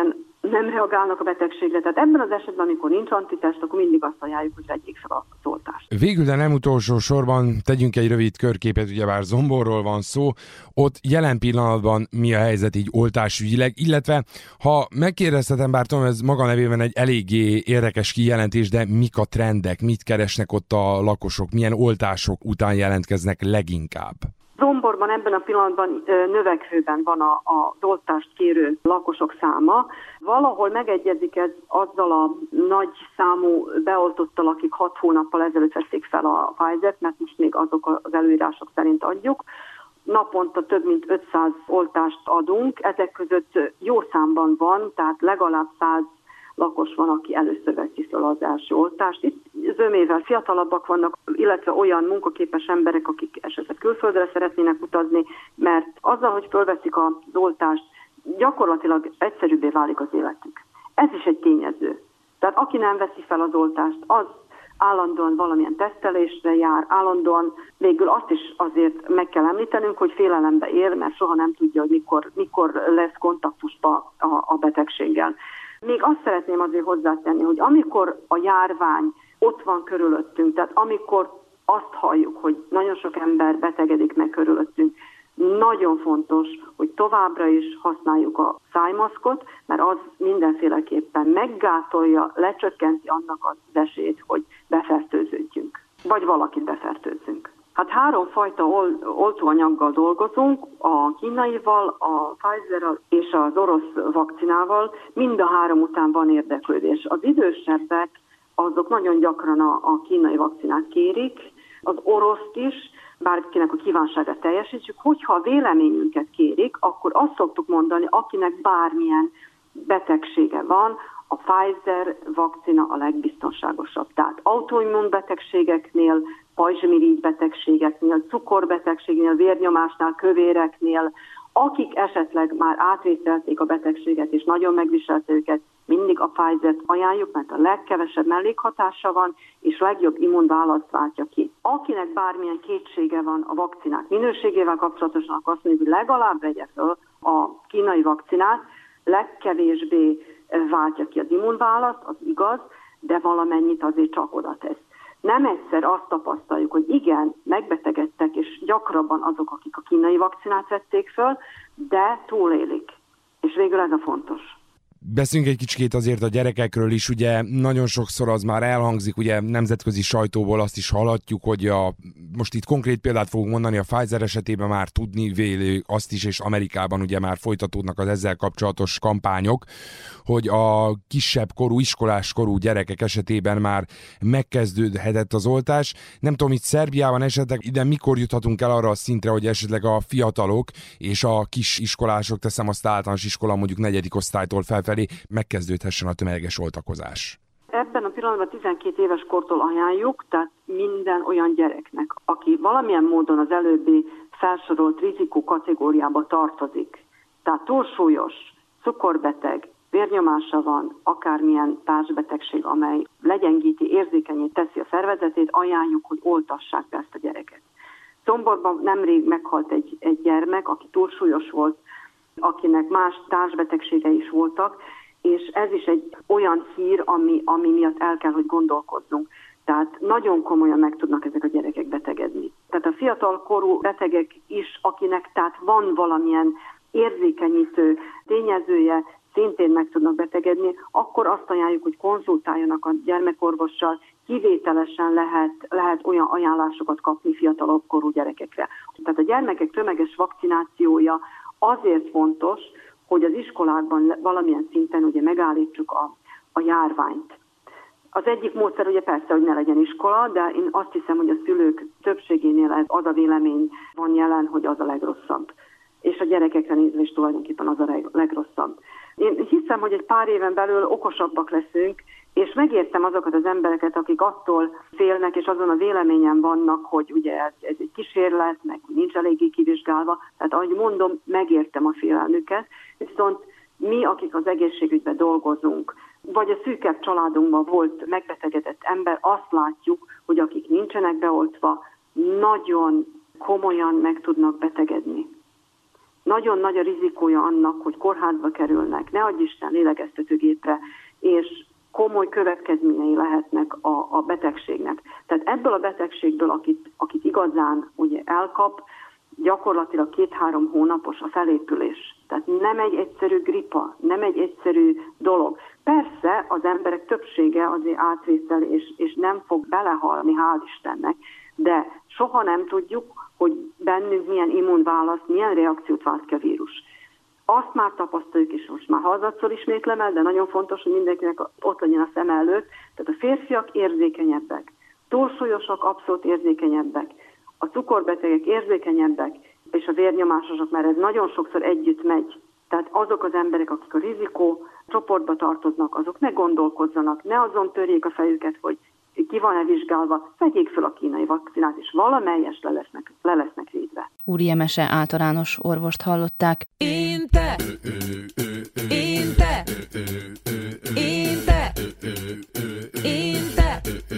nem reagálnak a betegségre. Tehát ebben az esetben, amikor nincs antitest, akkor mindig azt ajánljuk, hogy vegyék fel az oltást. Végül, de nem utolsó sorban tegyünk egy rövid körképet, ugyebár Zomborról van szó. Ott jelen pillanatban mi a helyzet így oltásügyileg, illetve ha megkérdeztetem, bár tudom, ez maga nevében egy eléggé érdekes kijelentés, de mik a trendek, mit keresnek ott a lakosok, milyen oltások után jelentkeznek leginkább? Zomborban ebben a pillanatban növekvőben van a, a oltást kérő lakosok száma. Valahol megegyezik ez azzal a nagy számú beoltottal, akik hat hónappal ezelőtt veszik fel a Pfizert, mert most még azok az előírások szerint adjuk. Naponta több mint ötszáz oltást adunk, ezek között jó számban van, tehát legalább száz lakos van, aki először veszi fel az első oltást. Itt zömével fiatalabbak vannak, illetve olyan munkaképes emberek, akik esetleg külföldre szeretnének utazni, mert azzal, hogy fölveszik az oltást, gyakorlatilag egyszerűbbé válik az életük. Ez is egy tényező. Tehát aki nem veszi fel az oltást, az állandóan valamilyen tesztelésre jár, állandóan végül azt is azért meg kell említenünk, hogy félelembe él, mert soha nem tudja, hogy mikor, mikor lesz kontaktusba a, a betegséggel. Még azt szeretném azért hozzátenni, hogy amikor a járvány ott van körülöttünk, tehát amikor azt halljuk, hogy nagyon sok ember betegedik meg körülöttünk, nagyon fontos, hogy továbbra is használjuk a szájmaszkot, mert az mindenféleképpen meggátolja, lecsökkenti annak az esélyt, hogy befertőződjünk, vagy valakit befertőzzünk. Hát három fajta ol- oltóanyaggal dolgozunk, a kínaival, a Pfizerrel és az orosz vakcinával. Mind a három után van érdeklődés. Az idősebbek azok nagyon gyakran a, a kínai vakcinát kérik, az oroszt is, bárkinek a kívánságát teljesítsük. Hogyha a véleményünket kérik, akkor azt szoktuk mondani, akinek bármilyen betegsége van, a Pfizer vakcina a legbiztonságosabb. Tehát autoimmun betegségeknél, pajzsmirigy betegségeknél, cukorbetegségnél, vérnyomásnál, kövéreknél, akik esetleg már átvészelték a betegséget és nagyon megviselte őket, mindig a Pfizert ajánljuk, mert a legkevesebb mellékhatása van, és legjobb immunválaszt váltja ki. Akinek bármilyen kétsége van a vakcinák minőségével kapcsolatosan, akkor azt mondjuk, hogy legalább vegye föl a kínai vakcinát, legkevésbé váltja ki az immunválaszt, az igaz, de valamennyit azért csak oda tesz. Nem egyszer azt tapasztaljuk, hogy igen, megbetegedtek, és gyakrabban azok, akik a kínai vakcinát vették föl, de túlélik. És végül ez a fontos. Beszéljünk egy kicsikét azért a gyerekekről is, ugye nagyon sokszor az már elhangzik, ugye nemzetközi sajtóból azt is hallhatjuk, hogy a, most itt konkrét példát fogunk mondani, a Pfizer esetében már tudni véli azt is, és Amerikában ugye már folytatódnak az ezzel kapcsolatos kampányok, hogy a kisebb korú, iskolás korú gyerekek esetében már megkezdődhetett az oltás. Nem tudom, itt Szerbiában esetleg ide mikor juthatunk el arra a szintre, hogy esetleg a fiatalok és a kis iskolások, teszem azt általános iskola mondjuk negyedik osztálytól felfelé, megkezdődhessen a tömeges oltakozás. Ebben a pillanatban tizenkét éves kortól ajánljuk, tehát minden olyan gyereknek, aki valamilyen módon az előbbi felsorolt rizikó kategóriába tartozik, tehát túlsúlyos, cukorbeteg, vérnyomása van, akármilyen társbetegség, amely legyengíti, érzékenyé teszi a szervezetét, ajánljuk, hogy oltassák be ezt a gyereket. Zomborban nemrég meghalt egy, egy gyermek, aki túlsúlyos volt, akinek más társbetegségei is voltak, és ez is egy olyan hír, ami, ami miatt el kell, hogy gondolkozzunk. Tehát nagyon komolyan meg tudnak ezek a gyerekek betegedni. Tehát a fiatalkorú betegek is, akinek tehát van valamilyen érzékenyítő tényezője, szintén meg tudnak betegedni, akkor azt ajánljuk, hogy konzultáljanak a gyermekorvossal, kivételesen lehet, lehet olyan ajánlásokat kapni fiatalabb korú gyerekekre. Tehát a gyermekek tömeges vakcinációja azért fontos, hogy az iskolákban valamilyen szinten ugye megállítsuk a, a járványt. Az egyik módszer ugye persze, hogy ne legyen iskola, de én azt hiszem, hogy a szülők többségénél ez, az a vélemény van jelen, hogy az a legrosszabb. És a gyerekekre nézve is tulajdonképpen az a legrosszabb. Én hiszem, hogy egy pár éven belül okosabbak leszünk, és megértem azokat az embereket, akik attól félnek, és azon a véleményen vannak, hogy ugye ez, ez egy kísérlet, meg nincs eléggé kivizsgálva. Tehát ahogy mondom, megértem a félelmüket, viszont mi, akik az egészségügyben dolgozunk, vagy a szűkebb családunkban volt megbetegedett ember, azt látjuk, hogy akik nincsenek beoltva, nagyon komolyan meg tudnak betegedni. nagyon nagy a rizikója annak, hogy kórházba kerülnek, ne adj Isten lélegeztetőgépre, és komoly következményei lehetnek a, a betegségnek. Tehát ebből a betegségből, akit, akit igazán ugye elkap, gyakorlatilag két-három hónapos a felépülés. Tehát nem egy egyszerű gripa, nem egy egyszerű dolog. Persze az emberek többsége azért átvétel, és, és nem fog belehalni, hál' Istennek, de soha nem tudjuk, hogy bennünk milyen immunválasz, milyen reakciót vált ki a vírus. Azt már tapasztaljuk, és most már harmadszor ismétlem el, de nagyon fontos, hogy mindenkinek ott legyen a szem előtt. Tehát a férfiak érzékenyebbek, túlsúlyosak abszolút érzékenyebbek, a cukorbetegek érzékenyebbek, és a vérnyomásosok, mert ez nagyon sokszor együtt megy. Tehát azok az emberek, akik a rizikó csoportba tartoznak, azok ne gondolkozzanak, ne azon törjék a fejüket, hogy ki van-e vizsgálva, vegyék fel a kínai vakcinát, és valamelyes le lesznek, le lesznek védve. Úri Emese általános orvost hallották. Én te! Én te! Én te! Én te!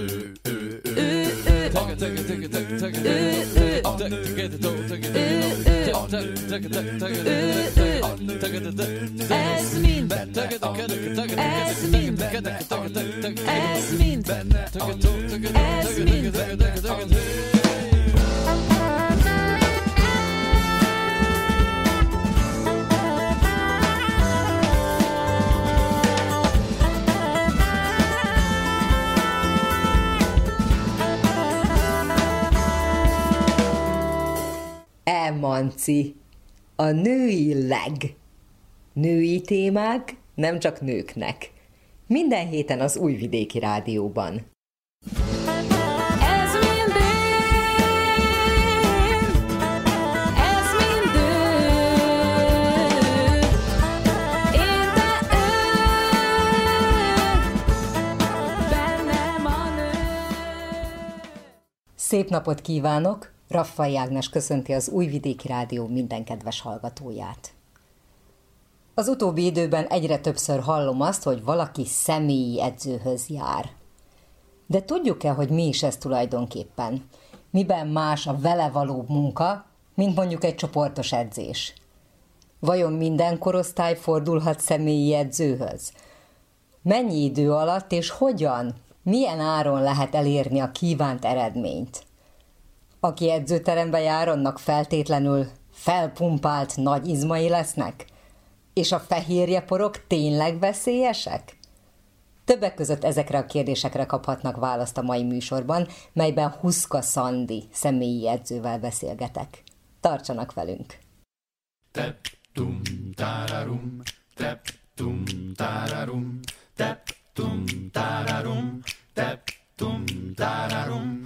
Ez mind, ez mind, ez mind, ez mind. Emanci, a női leg. Női témák nem csak nőknek. Minden héten az Újvidéki Rádióban. Ez mind én, ez mind ő, én te ő, bennem a nő. Szép napot kívánok! Raffai Ágnes köszönti az Újvidéki Rádió minden kedves hallgatóját. Az utóbbi időben egyre többször hallom azt, hogy valaki személyi edzőhöz jár. De tudjuk-e, hogy mi is ez tulajdonképpen? Miben más a vele való munka, mint mondjuk egy csoportos edzés? Vajon minden korosztály fordulhat személyi edzőhöz? Mennyi idő alatt és hogyan, milyen áron lehet elérni a kívánt eredményt? Aki edzőterembe jár, annak feltétlenül felpumpált nagy izmai lesznek? És a fehérjeporok tényleg veszélyesek? Többek között ezekre a kérdésekre kaphatnak választ a mai műsorban, melyben Huszka Szandi személyi edzővel beszélgetek. Tartsanak velünk! Tep-tum, tararum, tep-tum, tararum, tep-tum, tararum, tep-tum, tararum.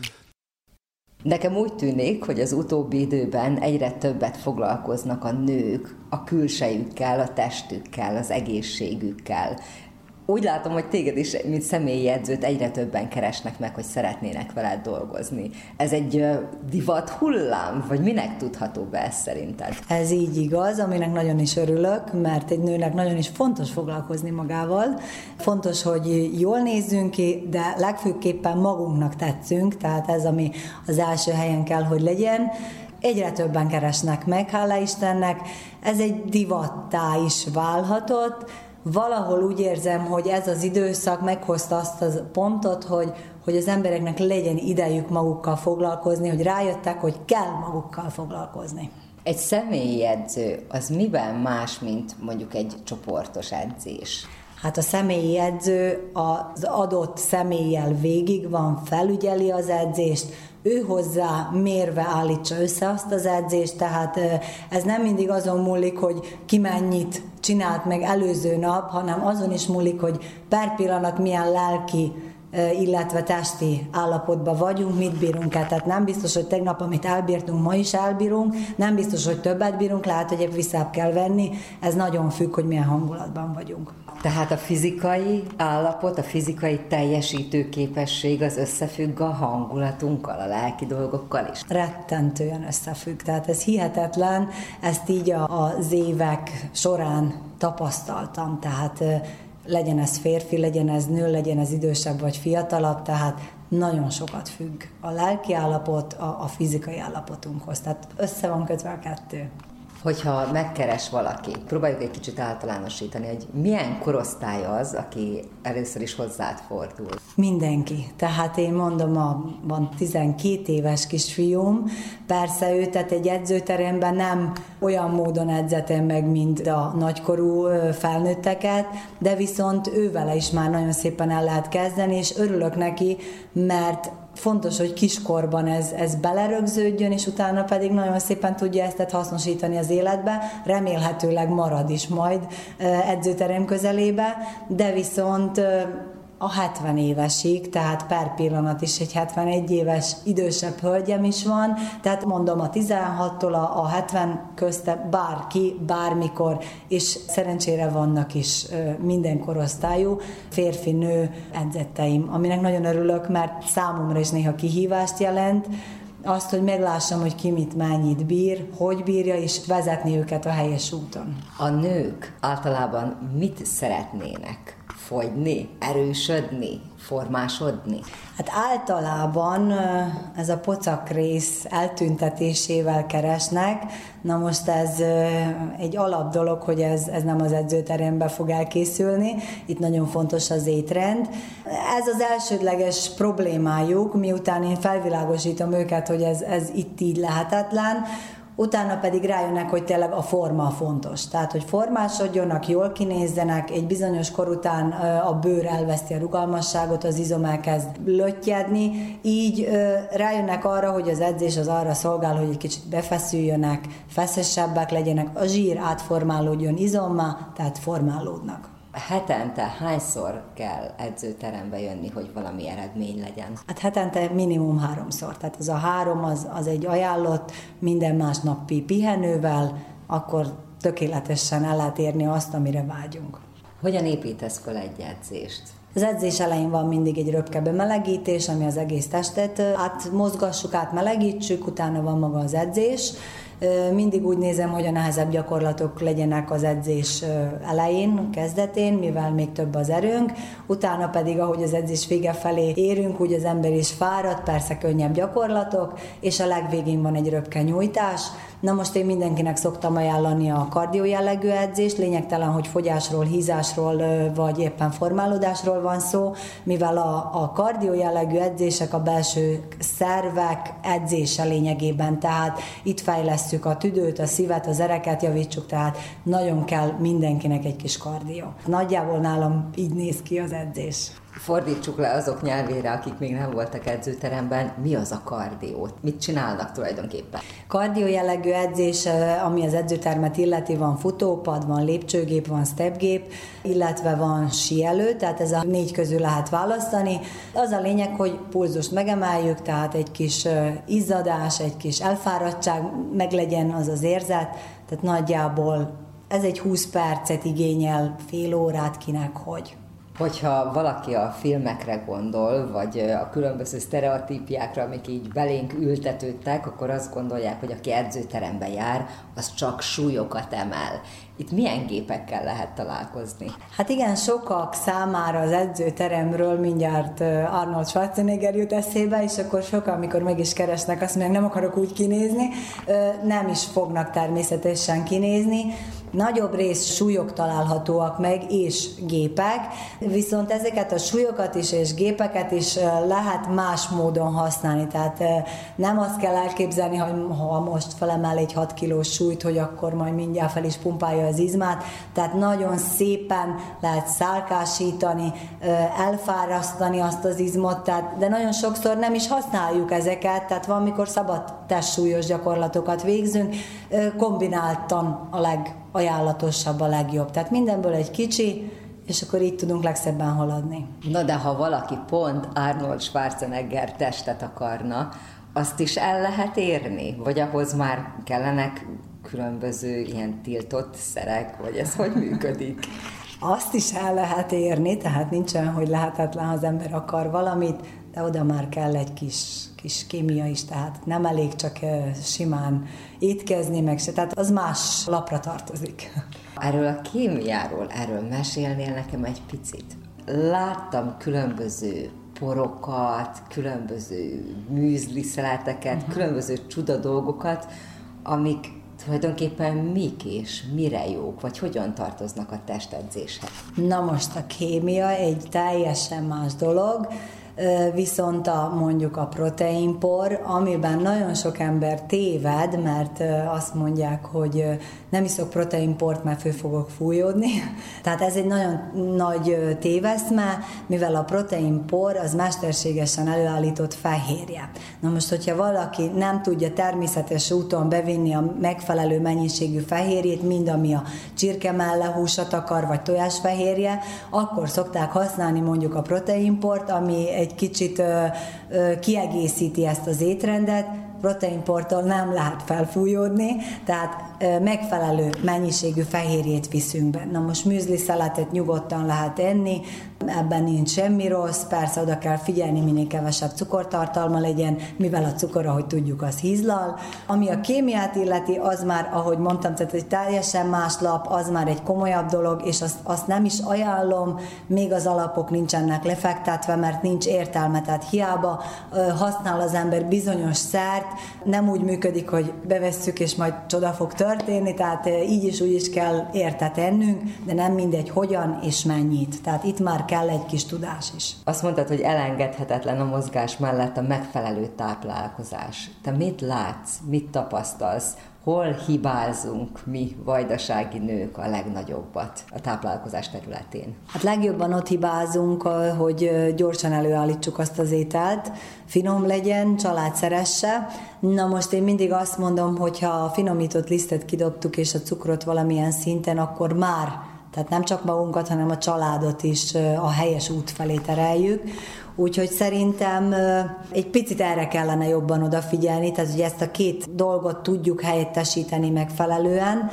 Nekem úgy tűnik, hogy az utóbbi időben egyre többet foglalkoznak a nők a külsejükkel, a testükkel, az egészségükkel. Úgy látom, hogy téged is, mint személyi edzőt egyre többen keresnek meg, hogy szeretnének veled dolgozni. Ez egy divat hullám, vagy minek tudható be ez szerinted? Ez így igaz, aminek nagyon is örülök, mert egy nőnek nagyon is fontos foglalkozni magával. Fontos, hogy jól nézzünk ki, de legfőképpen magunknak tetszünk, tehát ez, ami az első helyen kell, hogy legyen. Egyre többen keresnek meg, hála Istennek. Ez egy divattá is válhatott. Valahol úgy érzem, hogy ez az időszak meghozta azt a pontot, hogy, hogy az embereknek legyen idejük magukkal foglalkozni, hogy rájöttek, hogy kell magukkal foglalkozni. Egy személyi edző az miben más, mint mondjuk egy csoportos edzés? Hát a személyi edző az adott személlyel végig van, felügyeli az edzést, ő hozzá mérve állítsa össze azt az edzést, tehát ez nem mindig azon múlik, hogy ki mennyit csinált meg előző nap, hanem azon is múlik, hogy per pillanat milyen lelki, illetve testi állapotban vagyunk, mit bírunk el. Tehát nem biztos, hogy tegnap, amit elbírtunk, ma is elbírunk, nem biztos, hogy többet bírunk, lehet, hogy épp visszább kell venni, ez nagyon függ, hogy milyen hangulatban vagyunk. Tehát a fizikai állapot, a fizikai teljesítőképesség az összefügg a hangulatunkkal, a lelki dolgokkal is? Rettentően összefügg, tehát ez hihetetlen, ezt így az évek során tapasztaltam, tehát legyen ez férfi, legyen ez nő, legyen ez idősebb vagy fiatalabb, tehát nagyon sokat függ a lelki állapot a, a fizikai állapotunkhoz, tehát össze van kötve a kettő. Hogyha megkeres valaki, próbáljuk egy kicsit általánosítani, hogy milyen korosztály az, aki először is hozzád fordul? Mindenki. Tehát én mondom, a, van tizenkét éves kisfiúm, persze ő, tehát egy edzőteremben nem olyan módon edzetem meg, mint a nagykorú felnőtteket, de viszont ővele is már nagyon szépen el lehet kezdeni, és örülök neki, mert fontos, hogy kiskorban ez, ez belerögződjön, és utána pedig nagyon szépen tudja ezt hasznosítani az életbe, remélhetőleg marad is majd edzőterem közelébe, de viszont a hetven évesig, tehát per pillanat is egy hetvenegy éves idősebb hölgyem is van, tehát mondom a tizenhattól a hetven közte bárki, bármikor, és szerencsére vannak is minden korosztályú férfi-nő edzetteim, aminek nagyon örülök, mert számomra is néha kihívást jelent, azt, hogy meglássam, hogy ki mit, mennyit bír, hogy bírja, és vezetni őket a helyes úton. A nők általában mit szeretnének? Fogyni, erősödni, formásodni? Hát általában ez a pocakrész eltüntetésével keresnek. Na most ez egy alap dolog, hogy ez, ez nem az edzőteremben fog elkészülni. Itt nagyon fontos az étrend. Ez az elsődleges problémájuk, miután én felvilágosítom őket, hogy ez, ez itt így lehetetlen, utána pedig rájönnek, hogy tényleg a forma fontos. Tehát, hogy formásodjanak, jól kinézzenek, egy bizonyos kor után a bőr elveszti a rugalmasságot, az izom elkezd löttyedni, így rájönnek arra, hogy az edzés az arra szolgál, hogy egy kicsit befeszüljönek, feszesebbek legyenek, a zsír átformálódjon izommá, tehát formálódnak. Hetente hányszor kell edzőterembe jönni, hogy valami eredmény legyen? Hát hetente minimum háromszor. Tehát az a három az, az egy ajánlott, minden másnapi pihenővel, akkor tökéletesen el lehet érni azt, amire vágyunk. Hogyan építesz fel egy edzést? Az edzés elején van mindig egy röpke bemelegítés, ami az egész testet átmozgassuk, átmelegítsük, utána van maga az edzés. Mindig úgy nézem, hogy a nehezebb gyakorlatok legyenek az edzés elején, kezdetén, mivel még több az erőnk, utána pedig, ahogy az edzés vége felé érünk, úgy az ember is fárad, persze könnyebb gyakorlatok, és a legvégén van egy röpke nyújtás. Na most én mindenkinek szoktam ajánlani a kardió jellegű edzést, lényegtelen, hogy fogyásról, hízásról vagy éppen formálódásról van szó, mivel a, a kardió jellegű edzések a belső szervek edzése lényegében, tehát itt fejlesztjük a tüdőt, a szívet, az ereket javítsuk, tehát nagyon kell mindenkinek egy kis kardió. Nagyjából nálam így néz ki az edzés. Fordítsuk le azok nyelvére, akik még nem voltak edzőteremben, mi az a kardió? Mit csinálnak tulajdonképpen? Kardió jellegű edzés, ami az edzőtermet illeti, van futópad, van lépcsőgép, van stepgép, illetve van síelő, tehát ez a négy közül lehet választani. Az a lényeg, hogy pulzust megemeljük, tehát egy kis izzadás, egy kis elfáradtság meglegyen az az érzet, tehát nagyjából ez egy húsz percet igényel, fél órát kinek hogy. Hogyha valaki a filmekre gondol, vagy a különböző sztereotípiákra, amik így belénk ültetődtek, akkor azt gondolják, hogy aki edzőterembe jár, az csak súlyokat emel. Itt milyen gépekkel lehet találkozni? Hát igen, sokak számára az edzőteremről mindjárt Arnold Schwarzenegger jut eszébe, és akkor sokan, amikor meg is keresnek, azt mondják, nem akarok úgy kinézni, nem is fognak természetesen kinézni. Nagyobb rész súlyok találhatóak meg, és gépek, viszont ezeket a súlyokat is és gépeket is lehet más módon használni. Tehát nem azt kell elképzelni, hogy ha most felemel egy hat kilós súlyt, hogy akkor majd mindjárt fel is pumpálja az izmát. Tehát nagyon szépen lehet szálkásítani, elfárasztani azt az izmot, tehát, de nagyon sokszor nem is használjuk ezeket, tehát van, mikor szabad testsúlyos gyakorlatokat végzünk, kombináltan a leg ajánlatosabb, a legjobb. Tehát mindenből egy kicsi, és akkor így tudunk legszebben haladni. Na de ha valaki pont Arnold Schwarzenegger testet akarna, azt is el lehet érni? Vagy ahhoz már kellenek különböző ilyen tiltott szerek, vagy ez hogy működik? Azt is el lehet érni, tehát nincsen, hogy lehetetlen, ha az ember akar valamit, de oda már kell egy kis, kis kémia is, tehát nem elég csak simán étkezni, meg se, tehát az más lapra tartozik. Erről a kémiáról, erről mesélnél nekem egy picit. Láttam különböző porokat, különböző műzliszeleteket, uh-huh. különböző csuda dolgokat, amik Tulajdonképpen mik és mire jók, vagy hogyan tartoznak a testedzéshez? Na most a kémia egy teljesen más dolog, viszont a, mondjuk a proteinpor, amiben nagyon sok ember téved, mert azt mondják, hogy nem iszok proteinport, mert fő fogok fújódni. Tehát ez egy nagyon nagy téveszme, mivel a proteinpor az mesterségesen előállított fehérje. Na most, hogyha valaki nem tudja természetes úton bevinni a megfelelő mennyiségű fehérjét, mind ami a csirkemellehúsat akar, vagy tojásfehérje, akkor szokták használni mondjuk a proteinport, ami egy kicsit ö, ö, kiegészíti ezt az étrendet. Proteinporttól nem lehet felfújódni, tehát ö, megfelelő mennyiségű fehérjét viszünk be. Na most műzli szeletet nyugodtan lehet enni, ebben nincs semmi rossz, persze oda kell figyelni, minél kevesebb cukortartalma legyen, mivel a cukor, ahogy tudjuk, az hízlal. Ami a kémiát illeti, az már, ahogy mondtam, tehát egy teljesen más lap, az már egy komolyabb dolog, és azt, azt nem is ajánlom, még az alapok nincsenek lefektetve, mert nincs értelme, tehát hiába ö, használ az ember bizonyos szert, nem úgy működik, hogy bevesszük, és majd csoda fog történni, tehát így is úgy is kell érte tennünk, de nem mindegy hogyan és mennyit. Tehát itt már kell egy kis tudás is. Azt mondtad, hogy elengedhetetlen a mozgás mellett a megfelelő táplálkozás. Te mit látsz, mit tapasztalsz? Hol hibázunk mi vajdasági nők a legnagyobbat a táplálkozás területén? Hát legjobban ott hibázunk, hogy gyorsan előállítsuk azt az ételt, finom legyen, család szeresse. Na most én mindig azt mondom, hogy ha a finomított lisztet kidobtuk és a cukrot valamilyen szinten, akkor már, tehát nem csak magunkat, hanem a családot is a helyes út felé tereljük. Úgyhogy szerintem egy picit erre kellene jobban odafigyelni, tehát hogy ezt a két dolgot tudjuk helyettesíteni megfelelően,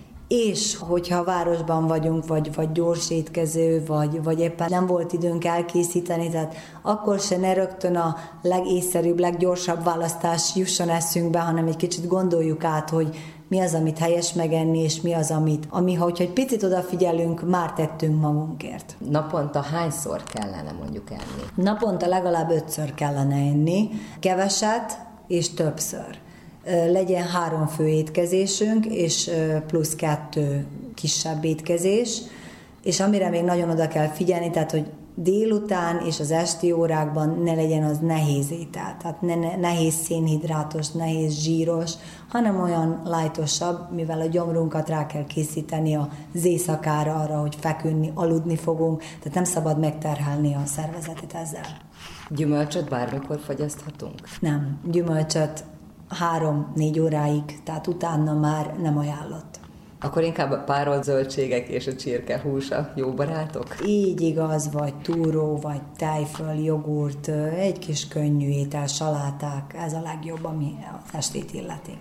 és hogyha városban vagyunk, vagy, vagy gyors étkező, vagy, vagy éppen nem volt időnk elkészíteni, tehát akkor se ne rögtön a legészszerűbb, leggyorsabb választás jusson eszünkbe, hanem egy kicsit gondoljuk át, hogy mi az, amit helyes megenni, és mi az, amit, ami, hogyha egy picit odafigyelünk, már tettünk magunkért. Naponta hányszor kellene mondjuk enni? Naponta legalább ötször kellene enni, keveset és többször. Legyen három fő étkezésünk, és plusz kettő kisebb étkezés, és amire még nagyon oda kell figyelni, tehát, hogy délután és az esti órákban ne legyen az nehéz étel, tehát ne, ne, nehéz szénhidrátos, nehéz zsíros, hanem olyan lightosabb, mivel a gyomrunkat rá kell készíteni az éjszakára arra, hogy feküdni, aludni fogunk, tehát nem szabad megterhelni a szervezetet ezzel. Gyümölcsöt bármikor fogyaszthatunk? Nem, gyümölcsöt három-négy óráig, tehát utána már nem ajánlott. Akkor inkább a párolt zöldségek és a csirke húsa jó barátok? Így igaz, vagy túró, vagy tejföl, jogurt, egy kis könnyű étel, saláták, ez a legjobb, ami az estét illeti.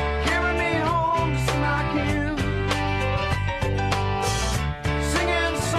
Singing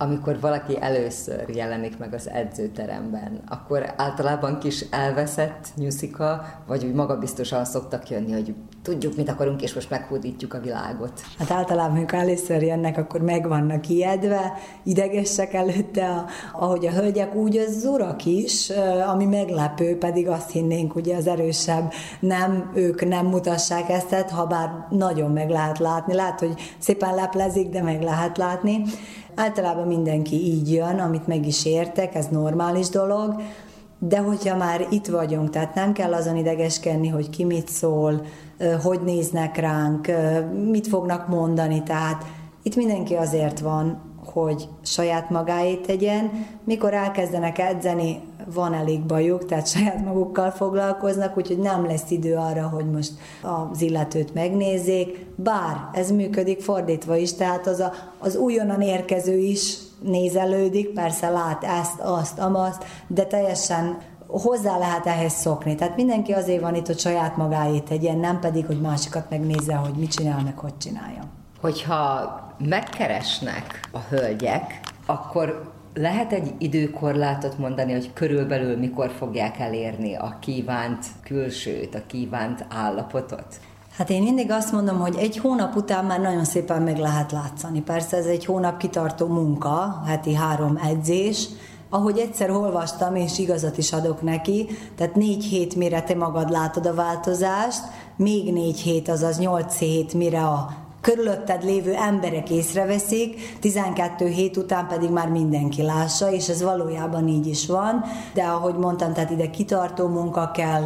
Amikor valaki először jelenik meg az edzőteremben, akkor általában kis elveszett nyuszika, vagy úgy magabiztosan szoktak jönni, hogy tudjuk, mit akarunk, és most meghódítjuk a világot. Hát általában, amikor először jönnek, akkor meg vannak ijedve, idegesek előtte, ahogy a hölgyek, úgy az urak is, ami meglepő, pedig azt hinnénk, ugye az erősebb, nem, ők nem mutassák ezt, ha bár nagyon meg lehet látni. Lát, hogy szépen leplezik, de meg lehet látni. Általában mindenki így jön, amit meg is értek, ez normális dolog, de hogyha már itt vagyunk, tehát nem kell azon idegeskedni, hogy ki mit szól, hogy néznek ránk, mit fognak mondani, tehát itt mindenki azért van, hogy saját magáét tegyen, mikor elkezdenek edzeni, van elég bajuk, tehát saját magukkal foglalkoznak, úgyhogy nem lesz idő arra, hogy most az illetőt megnézzék, bár ez működik fordítva is, tehát az, a, az újonnan érkező is nézelődik, persze lát ezt, azt, amazt, de teljesen hozzá lehet ehhez szokni. Tehát mindenki azért van itt, hogy saját magáét tegyen, nem pedig, hogy másikat megnézze, hogy mit csinál, meg hogy csinálja. Hogyha megkeresnek a hölgyek, akkor lehet egy időkorlátot mondani, hogy körülbelül mikor fogják elérni a kívánt külsőt, a kívánt állapotot? Hát én mindig azt mondom, hogy egy hónap után már nagyon szépen meg lehet látszani. Persze ez egy hónap kitartó munka, heti három edzés. Ahogy egyszer olvastam, és igazat is adok neki, tehát négy hét mire te magad látod a változást, még négy hét, azaz nyolc hét mire a körülötted lévő emberek észreveszik, tizenkét hét után pedig már mindenki lássa, és ez valójában így is van, de ahogy mondtam, tehát ide kitartó munka kell,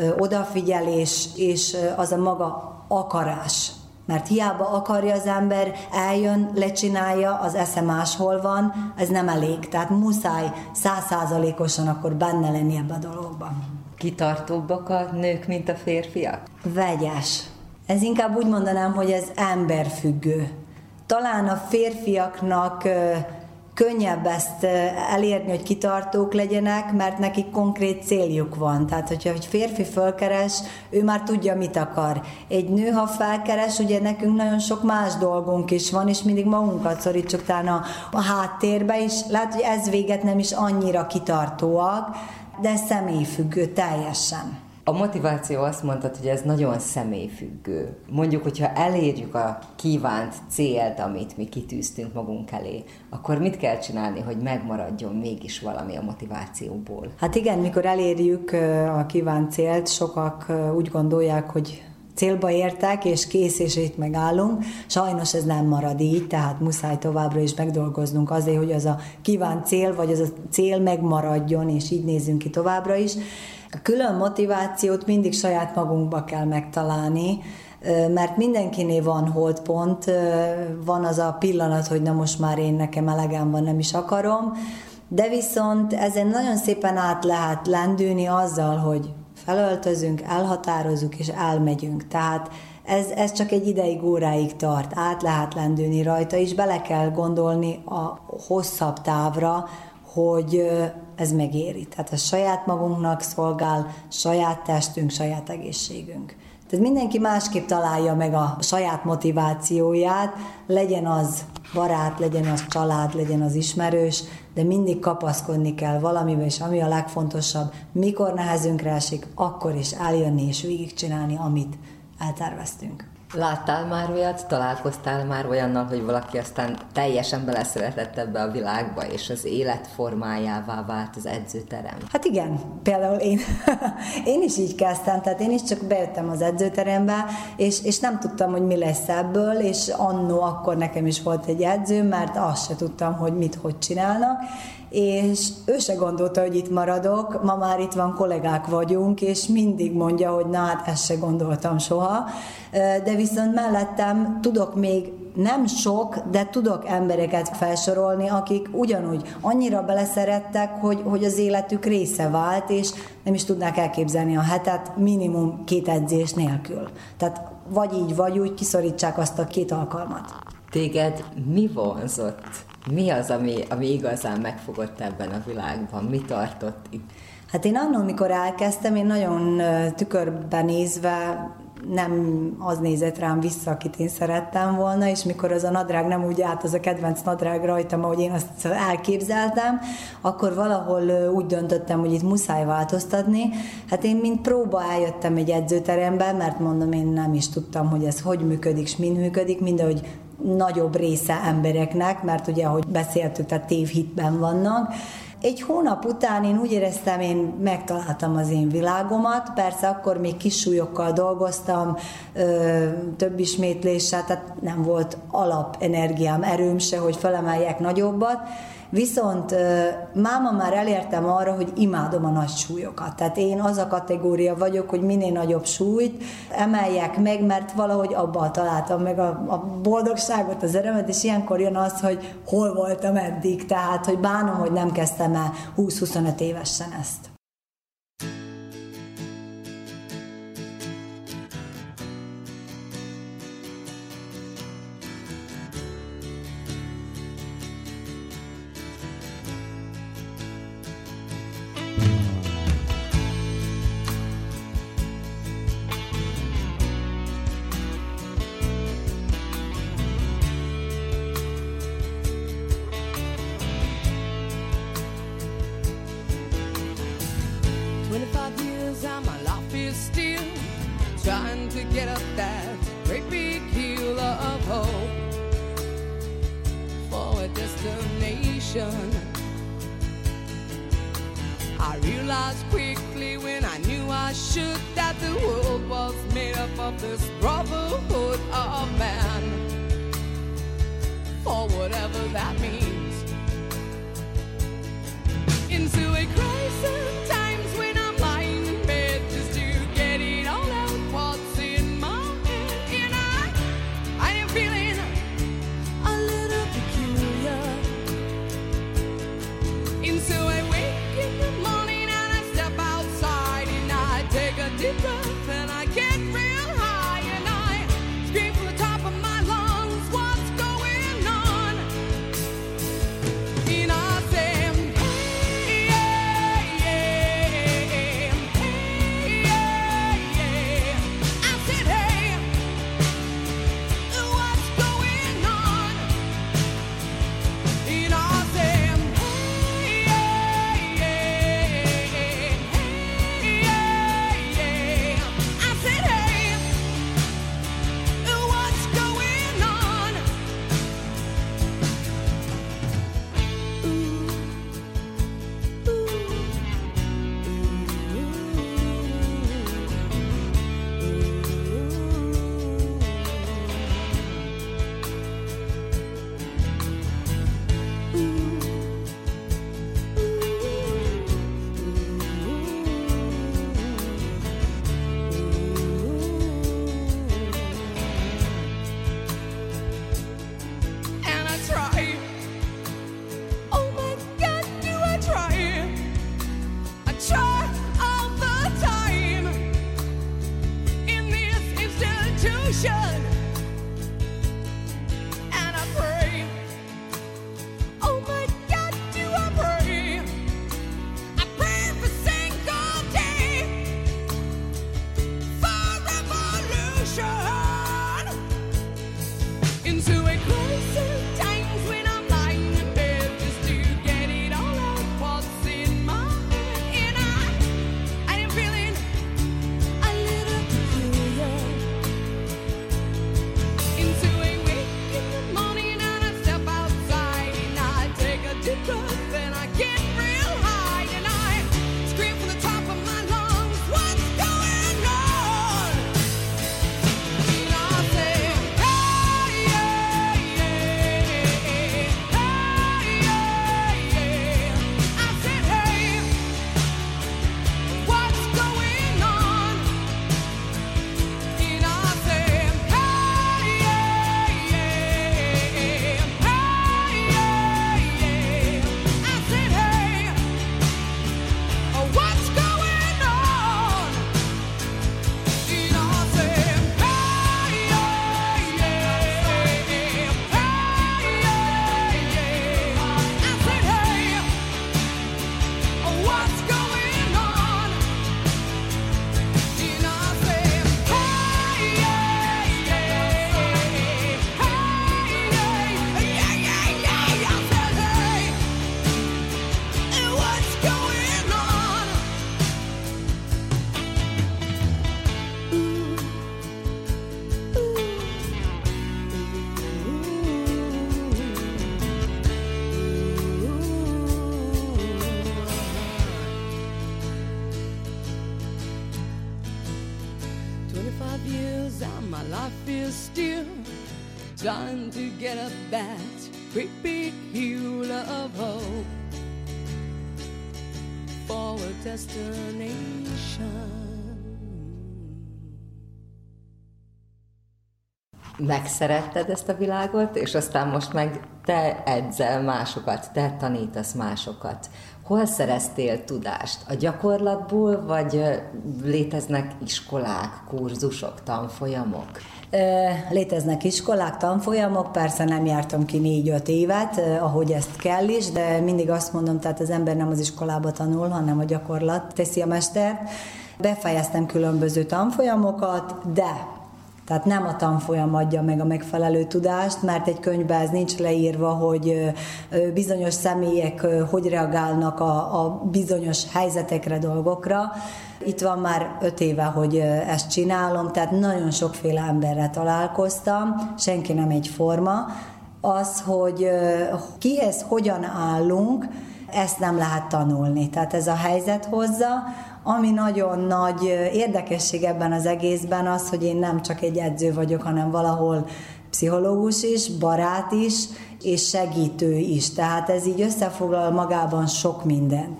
odafigyelés, és az a maga akarás. Mert hiába akarja az ember, eljön, lecsinálja, az esze máshol van, ez nem elég. Tehát muszáj száz százalékosan akkor benne lenni ebbe a dologban. Kitartóbbak a nők, mint a férfiak? Vegyes. Ez inkább úgy mondanám, hogy ez emberfüggő. Talán a férfiaknak könnyebb ezt elérni, hogy kitartók legyenek, mert nekik konkrét céljuk van. Tehát, hogyha egy férfi fölkeres, ő már tudja, mit akar. Egy nő, ha felkeres, ugye nekünk nagyon sok más dolgunk is van, és mindig magunkat szorítsuk talán a, a háttérbe is. Lehet, hogy ez véget nem is annyira kitartóak, de személyfüggő teljesen. A motiváció, azt mondtad, hogy ez nagyon személyfüggő. Mondjuk, hogyha elérjük a kívánt célt, amit mi kitűztünk magunk elé, akkor mit kell csinálni, hogy megmaradjon mégis valami a motivációból? Hát igen, mikor elérjük a kívánt célt, sokak úgy gondolják, hogy célba értek, és kész, és itt megállunk. Sajnos ez nem marad így, tehát muszáj továbbra is megdolgoznunk azért, hogy az a kívánt cél, vagy az a cél megmaradjon, és így nézzünk ki továbbra is. A külön motivációt mindig saját magunkba kell megtalálni, mert mindenkinél van holdpont, van az a pillanat, hogy na most már én nekem elegem van, nem is akarom, de viszont ezen nagyon szépen át lehet lendülni azzal, hogy felöltözünk, elhatározzuk és elmegyünk. Tehát ez, ez csak egy ideig, óráig tart, át lehet lendülni rajta, és bele kell gondolni a hosszabb távra, hogy ez megéri. Tehát ez saját magunknak szolgál, saját testünk, saját egészségünk. Tehát mindenki másképp találja meg a saját motivációját, legyen az barát, legyen az család, legyen az ismerős, de mindig kapaszkodni kell valamiben, és ami a legfontosabb, mikor nehezünkre esik, akkor is eljönni és végigcsinálni, amit elterveztünk. Láttál már olyat, találkoztál már olyannal, hogy valaki aztán teljesen beleszeretett ebbe a világba, és az életformájává vált az edzőterem? Hát igen, például én, én is így kezdtem, tehát én is csak bejöttem az edzőterembe, és, és nem tudtam, hogy mi lesz ebből, és annó akkor nekem is volt egy edző, mert azt se tudtam, hogy mit, hogy csinálnak, és ő se gondolta, hogy itt maradok, ma már itt van, kollégák vagyunk, és mindig mondja, hogy na hát ezt se gondoltam soha, de viszont mellettem tudok még nem sok, de tudok embereket felsorolni, akik ugyanúgy annyira beleszerettek, hogy, hogy az életük része vált, és nem is tudnák elképzelni a hetet minimum két edzés nélkül. Tehát vagy így, vagy úgy kiszorítsák azt a két alkalmat. Téged mi vonzott? Mi az, ami, ami igazán megfogott ebben a világban? Mi tartott itt? Hát én annól, mikor elkezdtem, én nagyon tükörben nézve nem az nézett rám vissza, akit én szerettem volna, és mikor az a nadrág nem úgy állt, az a kedvenc nadrág rajtam, ahogy én azt elképzeltem, akkor valahol úgy döntöttem, hogy itt muszáj változtatni. Hát én mint próba eljöttem egy edzőterembe, mert mondom, én nem is tudtam, hogy ez hogy működik, és mind működik, mindehogy nagyobb része embereknek, mert ugye, ahogy beszéltük, tehát tévhitben vannak. Egy hónap után én úgy éreztem, én megtaláltam az én világomat, persze akkor még kis súlyokkal dolgoztam, több ismétléssel, tehát nem volt alapenergiám, erőm se, hogy felemeljek nagyobbat, viszont máma már elértem arra, hogy imádom a nagy súlyokat. Tehát én az a kategória vagyok, hogy minél nagyobb súlyt emeljek meg, mert valahogy abban találtam meg a, a boldogságot, az örömet, és ilyenkor jön az, hogy hol voltam eddig. Tehát, hogy bánom, hogy nem kezdtem el húsz-huszonöt évesen ezt. twenty-five years and my life is still trying to get up that great big hill of hope for a destination. Megszeretted ezt a világot, és aztán most meg te edzel másokat, te tanítasz másokat. Hol szereztél tudást? A gyakorlatból, vagy léteznek iskolák, kurzusok, tanfolyamok? Léteznek iskolák, tanfolyamok, persze nem jártam ki négy-öt évet, ahogy ezt kell is, de mindig azt mondom, tehát az ember nem az iskolába tanul, hanem a gyakorlat teszi a mestert. Befejeztem különböző tanfolyamokat, de tehát nem a tanfolyam adja meg a megfelelő tudást, mert egy könyvben ez nincs leírva, hogy bizonyos személyek hogy reagálnak a, a bizonyos helyzetekre, dolgokra. Itt van már öt éve, hogy ezt csinálom, tehát nagyon sokféle emberrel találkoztam, senki nem egyforma. Az, hogy kihez hogyan állunk, ezt nem lehet tanulni. Tehát ez a helyzet hozza. Ami nagyon nagy érdekesség ebben az egészben az, hogy én nem csak egy edző vagyok, hanem valahol pszichológus is, barát is, és segítő is. Tehát ez így összefoglal magában sok mindent.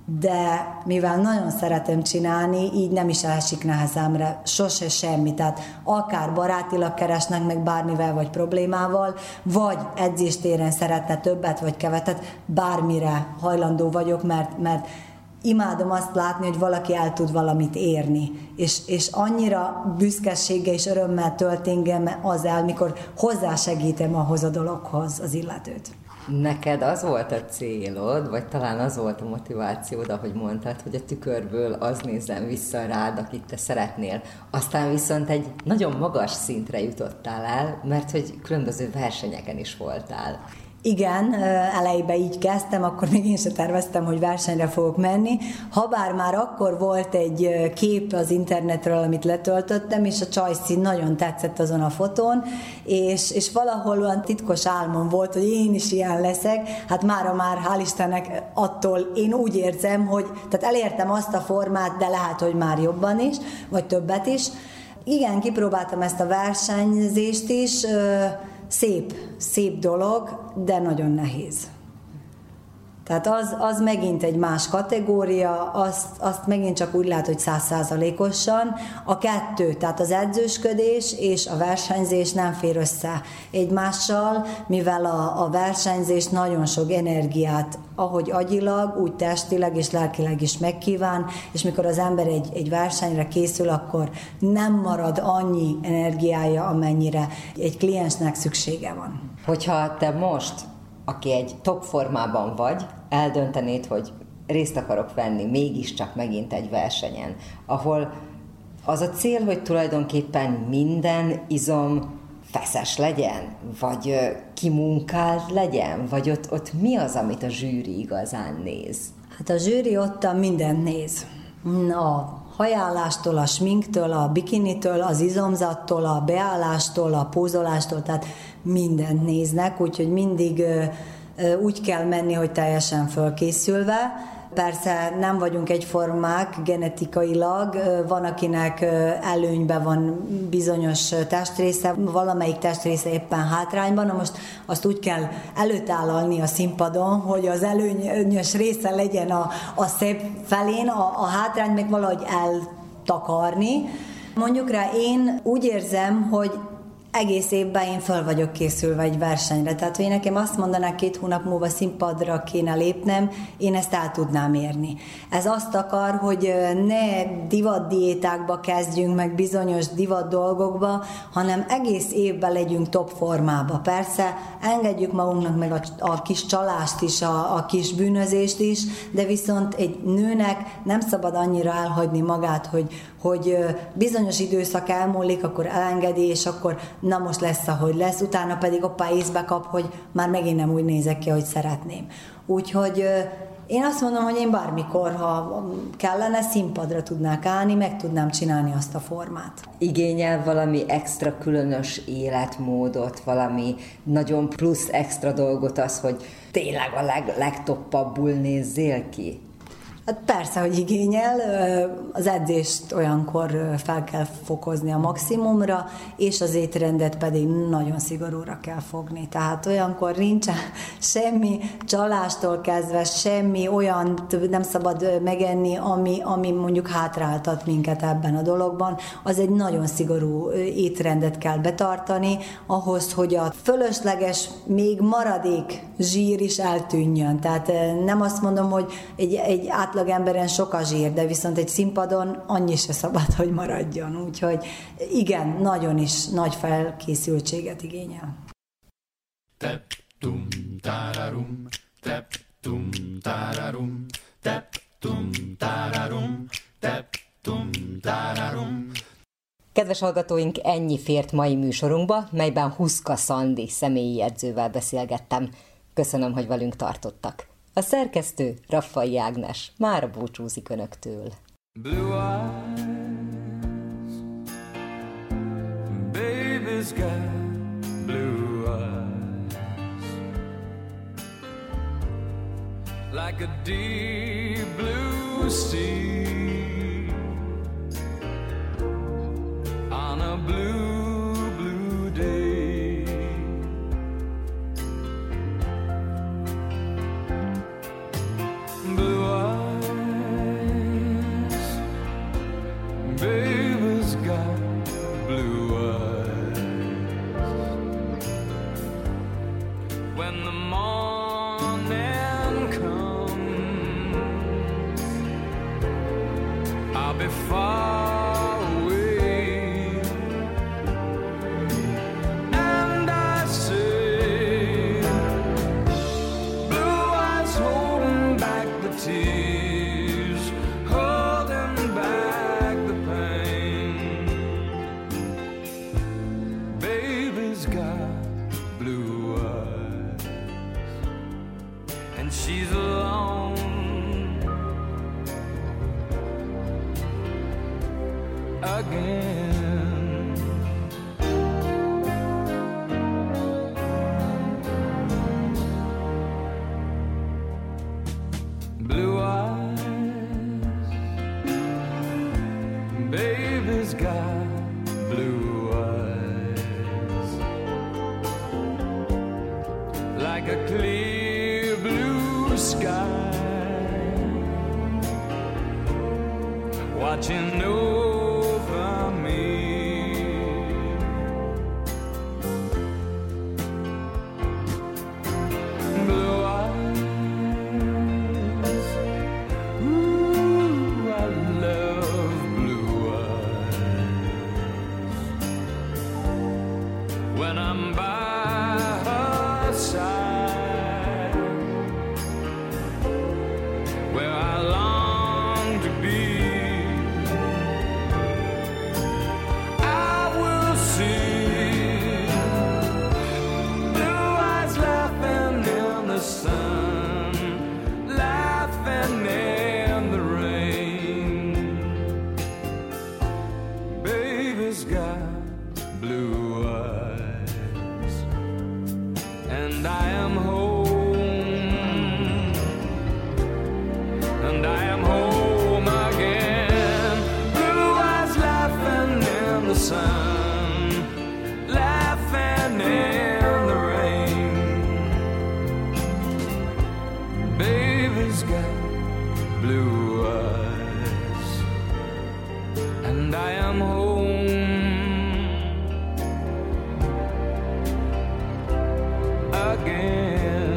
De mivel nagyon szeretem csinálni, így nem is esik nehezemre sose semmi. Tehát akár barátilag keresnek meg bármivel vagy problémával, vagy edzéstéren szeretne többet vagy kevetet, bármire hajlandó vagyok, mert, mert imádom azt látni, hogy valaki el tud valamit érni, és, és annyira büszkeséggel és örömmel tölt engem az el, mikor hozzásegítem ahhoz a dologhoz az illetőt. Neked az volt a célod, vagy talán az volt a motivációd, ahogy mondtad, hogy a tükörből az nézzen vissza rád, akit te szeretnél. Aztán viszont egy nagyon magas szintre jutottál el, mert hogy különböző versenyeken is voltál. Igen, elejében így kezdtem, akkor még én sem terveztem, hogy versenyre fogok menni. Habár már akkor volt egy kép az internetről, amit letöltöttem, és a csajszín nagyon tetszett azon a fotón, és, és valahol olyan titkos álmom volt, hogy én is ilyen leszek. Hát mára már, hál' Istennek, attól én úgy érzem, hogy tehát elértem azt a formát, de lehet, hogy már jobban is, vagy többet is. Igen, kipróbáltam ezt a versenyzést is, Szép, szép dolog, de nagyon nehéz. Tehát az, az megint egy más kategória, azt, azt megint csak úgy lehet, hogy száz százalékosan. A kettő, tehát az edzősködés és a versenyzés nem fér össze egymással, mivel a, a versenyzés nagyon sok energiát, ahogy agyilag, úgy testileg és lelkileg is megkíván, és mikor az ember egy, egy versenyre készül, akkor nem marad annyi energiája, amennyire egy kliensnek szüksége van. Hogyha te most, aki egy top formában vagy, eldöntenéd, hogy részt akarok venni mégiscsak megint egy versenyen, ahol az a cél, hogy tulajdonképpen minden izom feszes legyen, vagy kimunkált legyen, vagy ott, ott mi az, amit a zsűri igazán néz? Hát a zsűri ottan mindent néz. A hajállástól, a sminktől, a bikinitől, az izomzattól, a beállástól, a pózolástól, tehát mindent néznek, úgyhogy mindig úgy kell menni, hogy teljesen fölkészülve. Persze nem vagyunk egyformák genetikailag, van akinek előnyben van bizonyos testrésze, valamelyik testrésze éppen hátrányban, na most azt úgy kell előtállalni a színpadon, hogy az előnyös része legyen a, a szép felén, a, a hátrány meg valahogy eltakarni. Mondjuk rá, én úgy érzem, hogy egész évben én föl vagyok készülve egy versenyre. Tehát, hogy nekem azt mondanák, két hónap múlva színpadra kéne lépnem, én ezt el tudnám érni. Ez azt akar, hogy ne divatdiétákba kezdjünk, meg bizonyos divat dolgokba, hanem egész évben legyünk top formába. Persze, engedjük magunknak meg a, a kis csalást is, a, a kis bűnözést is, de viszont egy nőnek nem szabad annyira elhagyni magát, hogy, hogy bizonyos időszak elmúlik, akkor elengedi, és akkor na most lesz, ahogy lesz, utána pedig oppá észbe kap, hogy már megint nem úgy nézek ki, ahogy szeretném. Úgyhogy én azt mondom, hogy én bármikor, ha kellene, színpadra tudnák állni, meg tudnám csinálni azt a formát. Igényel valami extra különös életmódot, valami nagyon plusz extra dolgot az, hogy tényleg a leg, legtoppabbul nézzél ki? Hát persze, hogy igényel, az edzést olyankor fel kell fokozni a maximumra, és az étrendet pedig nagyon szigorúra kell fogni. Tehát olyankor nincsen semmi csalástól kezdve, semmi olyan nem szabad megenni, ami, ami mondjuk hátráltat minket ebben a dologban. Az egy nagyon szigorú étrendet kell betartani, ahhoz, hogy a fölösleges, még maradék zsír is eltűnjön. Tehát nem azt mondom, hogy egy, egy átlag emberen sok a zsír, de viszont egy színpadon annyi se szabad, hogy maradjon. Úgyhogy igen, nagyon is nagy felkészültséget igényel. Tep tum tararum, tep tum tararum, tep tum tararum, tep tum tararum. Kedves hallgatóink, ennyi fért mai műsorunkba, melyben Huszka Szandi személyi edzővel beszélgettem. Köszönöm, hogy velünk tartottak. A szerkesztő Raffai Ágnes már búcsúzik önöktől. Blue eyes, baby's got blue eyes, like a deep blue sea, on a blue, blue day. Blue eyes, baby's got blue eyes. When the morning comes, I'll be far away, and I say, blue eyes holding back the tears, holding back the pain. Baby's got blue eyes, and she's alone again. Blue eyes, baby's got blue eyes, like a clear blue sky, watching over me. Blue eyes, ooh, I love blue eyes. When I'm by her side, where I long to be, I will see blue eyes laughing in the sun, laughing in the rain. Baby's got blue eyes, and I am home, and I am home again. Blue eyes laughing in the sun, laughing in the rain. Baby's got blue eyes, and I am home again.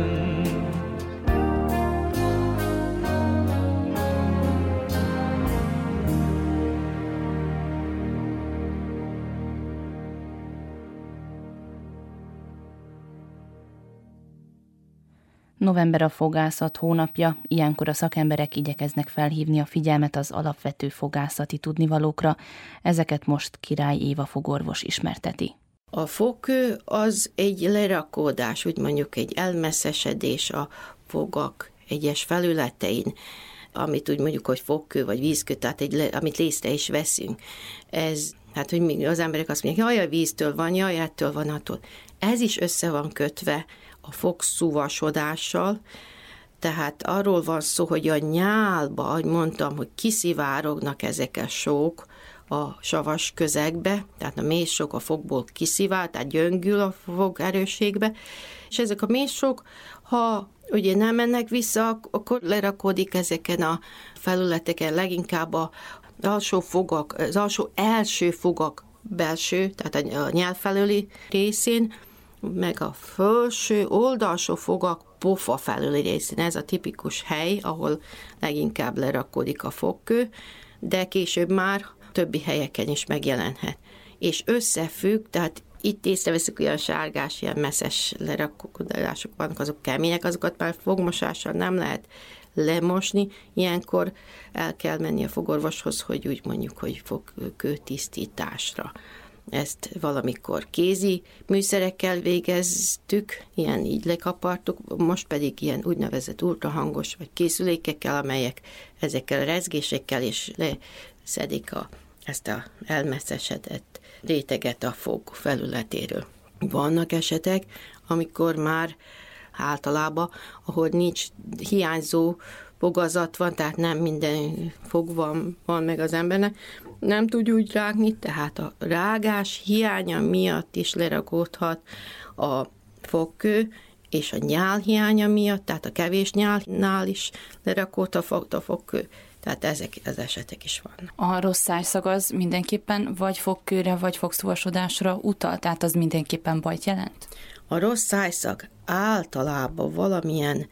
November a fogászat hónapja, ilyenkor a szakemberek igyekeznek felhívni a figyelmet az alapvető fogászati tudnivalókra. Ezeket most Király Éva fogorvos ismerteti. A fogkő az egy lerakódás, úgy mondjuk egy elmesszesedés a fogak egyes felületein, amit úgy mondjuk, hogy fogkő vagy vízkő, tehát egy le, amit észre is veszünk. Ez, hát hogy még az emberek azt mondják, jaj, a víztől van, jaj, ettől van, attól. Ez is össze van kötve a fogszúvasodással, Tehát arról van szó, hogy a nyálba, ahogy mondtam, hogy kiszivárognak ezek a sók a savas közegbe, tehát a méhsók a fogból kiszivár, tehát gyöngül a fog erősségbe, és ezek a méhsók, ha ugye nem mennek vissza, akkor lerakódik ezeken a felületeken, leginkább az alsó fogak, az alsó első fogak belső, tehát a nyelv felüli részén, meg a felső oldalsó fogak pofa felüli részén. Ez a tipikus hely, ahol leginkább lerakódik a fogkő, de később már többi helyeken is megjelenhet. És összefügg, tehát itt észreveszünk olyan sárgás, ilyen messzes lerakódások vannak, azok kemények, azokat már fogmosással nem lehet lemosni, ilyenkor el kell menni a fogorvoshoz, hogy úgy mondjuk, hogy fogkőtisztításra. Ezt valamikor kézi műszerekkel végeztük, ilyen így lekapartuk, most pedig ilyen úgynevezett ultrahangos vagy készülékekkel, amelyek ezekkel a rezgésekkel is leszedik a, ezt a elmesszesedett réteget a fog felületéről. Vannak esetek, amikor már általában, ahol nincs hiányzó fogazat van, tehát nem minden fog van, van meg az embernek, nem tud úgy rágni, tehát a rágás hiánya miatt is lerakódhat a fogkő, és a nyál hiánya miatt, tehát a kevés nyálnál is lerakódhat a fogkő. Tehát ezek az esetek is vannak. A rossz szájszag az mindenképpen vagy fogkőre, vagy fogszúvasodásra utal, tehát az mindenképpen bajt jelent? A rossz szájszag általában valamilyen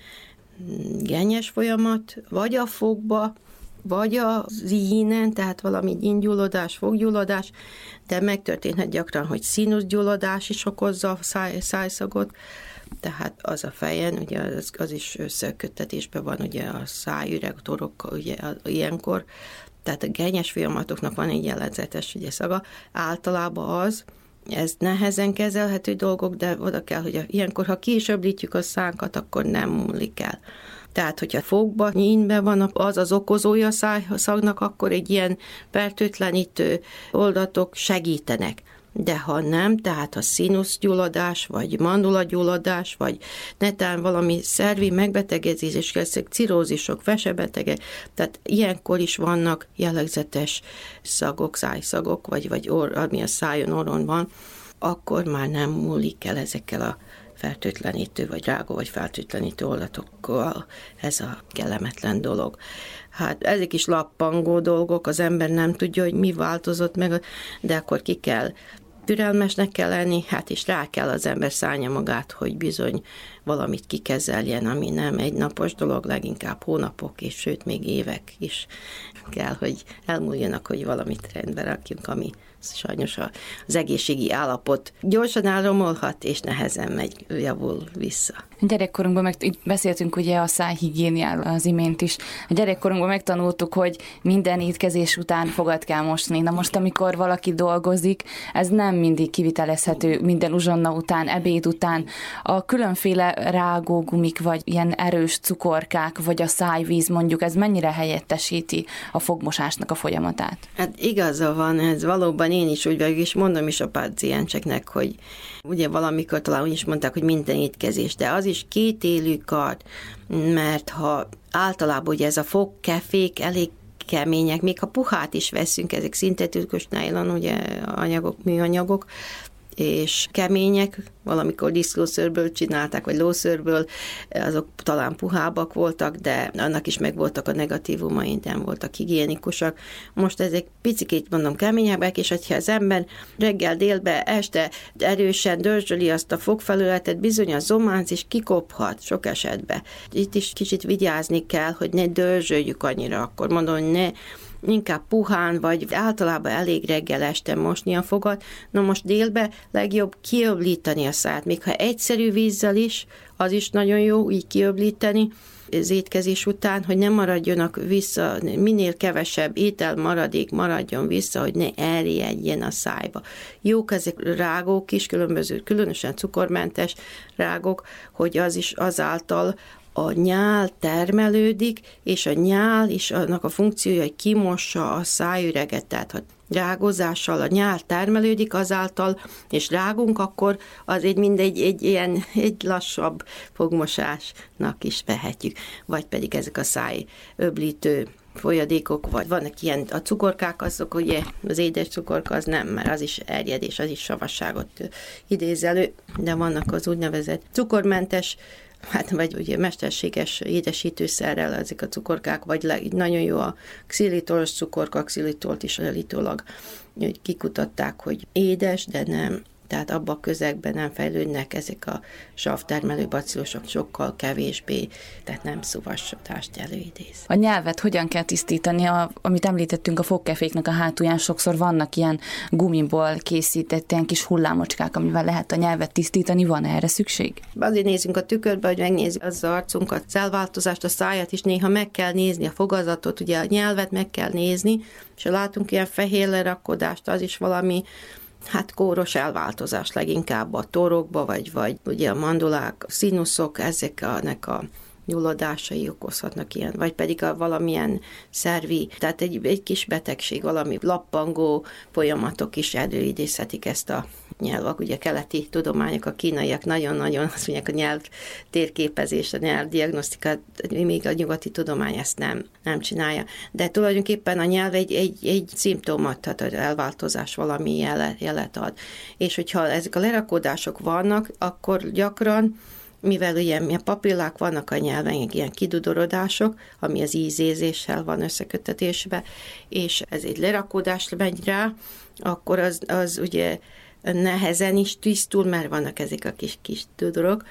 gennyes folyamat, vagy a fogba, vagy a zínen, tehát valami gyíngyulladás, foggyulladás, de megtörténhet gyakran, hogy színuszgyulladás is okozza a száj, szájszagot, tehát az a fejen, ugye az, az is összeköttetésben van, ugye a szájüreg, a torok, ugye ilyenkor, tehát a gennyes folyamatoknak van egy jellegzetes ugye szaga, általában az, ez nehezen kezelhető dolgok, de oda kell, hogy a, ilyenkor, ha ki is öblítjük a szánkat, akkor nem múlik el. Tehát, hogyha fogba, nyínbe van az az okozója a szájszagnak, akkor egy ilyen fertőtlenítő oldatok segítenek. De ha nem, tehát ha színuszgyulladás, vagy mandulagyulladás, vagy netán valami szervi megbetegedés, és cirózisok, vesebetegek, tehát ilyenkor is vannak jellegzetes szagok, szájszagok, vagy, vagy or, ami a szájon, orron van, akkor már nem múlik el ezekkel a fertőtlenítő, vagy rágó, vagy fertőtlenítő oldatokkal ez a kellemetlen dolog. Hát ezek is lappangó dolgok, az ember nem tudja, hogy mi változott meg, de akkor ki kell, türelmesnek kell lenni, hát is rá kell az ember szállja magát, hogy bizony valamit kikezeljen, ami nem egy napos dolog, leginkább hónapok, és sőt még évek is kell, hogy elmúljanak, hogy valamit rendbe rakjunk, ami sajnos az egészségi állapot gyorsan elromolhat, és nehezen megy, javul vissza. Gyerekkorunkban meg, itt beszéltünk ugye a szájhigiéniáról az imént is. A gyerekkorunkban megtanultuk, hogy minden étkezés után fogat kell mosni. Na most, amikor valaki dolgozik, ez nem mindig kivitelezhető minden uzsonna után, ebéd után. A különféle rágógumik, vagy ilyen erős cukorkák, vagy a szájvíz mondjuk, ez mennyire helyettesíti a fogmosásnak a folyamatát? Hát igaza van, ez valóban én is úgy vagyok, és mondom is a pácienseknek, hogy ugye valamikor talán úgy is mondták, hogy minden étkezés, de az is kétélű kard, mert ha általában ugye ez a fogkefék elég kemények, még ha puhát is veszünk, ezek szintetikus nylon, ugye anyagok, műanyagok, és kemények, valamikor disznószőrből csinálták, vagy lószőrből, azok talán puhábbak voltak, de annak is megvoltak a negatívumai, nem voltak higiénikusak. Most ezek picikét mondom keményebbek, és hogyha az ember reggel, délbe, este erősen dörzsöli azt a fogfelületet, bizony a zománc is kikophat sok esetben. Itt is kicsit vigyázni kell, hogy ne dörzsöljük annyira, akkor mondom, hogy ne inkább puhán, vagy általában elég reggel este mosni a fogat. Na most délbe legjobb kiöblíteni a szát, még ha egyszerű vízzel is, az is nagyon jó így kiöblíteni az étkezés után, hogy ne maradjonak vissza, minél kevesebb étel maradék maradjon vissza, hogy ne elriedjen a szájba. Jók ezek rágók is, különböző, különösen cukormentes rágók, hogy az is azáltal a nyál termelődik, és a nyál is annak a funkciója, hogy kimossa a szájüreget, tehát ha rágozással a nyál termelődik azáltal, és rágunk, akkor az egy mindegy egy ilyen egy lassabb fogmosásnak is vehetjük. Vagy pedig ezek a szájöblítő folyadékok, vagy vannak ilyen, a cukorkák, azok ugye, az édes cukorka az nem, mert az is erjedés, az is savasságot idéz elő, de vannak az úgynevezett cukormentes, hát vagy ugye mesterséges édesítőszerrel ezek a cukorkák, vagy le, nagyon jó a xilitolos cukorka, xilitolt is állítólag kikutatták, hogy édes, de nem. Tehát abban a közegben nem fejlődnek ezek a savtermelő bacillusok, sokkal kevésbé, tehát nem szuvassatást előidéz. A nyelvet hogyan kell tisztítani? A, amit említettünk, a fogkeféknek a hátulján sokszor vannak ilyen gumiból készített ilyen kis hullámocskák, amivel lehet a nyelvet tisztítani. Van erre szükség? Azért nézzünk a tükörbe, hogy megnézzük az arcunkat, a szelváltozást, a száját is néha meg kell nézni, a fogazatot, ugye a nyelvet meg kell nézni, és ha látunk ilyen fehér lerakodást, az is valami hát kóros elváltozás leginkább a torokba, vagy, vagy ugye a mandulák, a színuszok, ezeknek a gyulladásai okozhatnak ilyen, vagy pedig a valamilyen szervi, tehát egy, egy kis betegség, valami lappangó folyamatok is előidézhetik ezt a nyelvak. Ugye a keleti tudományok, a kínaiak nagyon-nagyon azt mondják, a nyelv térképezést, a nyelv diagnosztikát, még a nyugati tudomány ezt nem, nem csinálja. De tulajdonképpen a nyelv egy, egy, egy szimptomát, tehát az elváltozás valami jelet, jelet ad. És hogyha ezek a lerakódások vannak, akkor gyakran mivel ugye milyen papillák vannak a nyelven, ilyen kidudorodások, ami az ízézéssel van összeköttetésbe, és ez egy lerakódásra megy rá, akkor az, az ugye nehezen is tisztul, mert vannak ezek a kis, kis dudorok,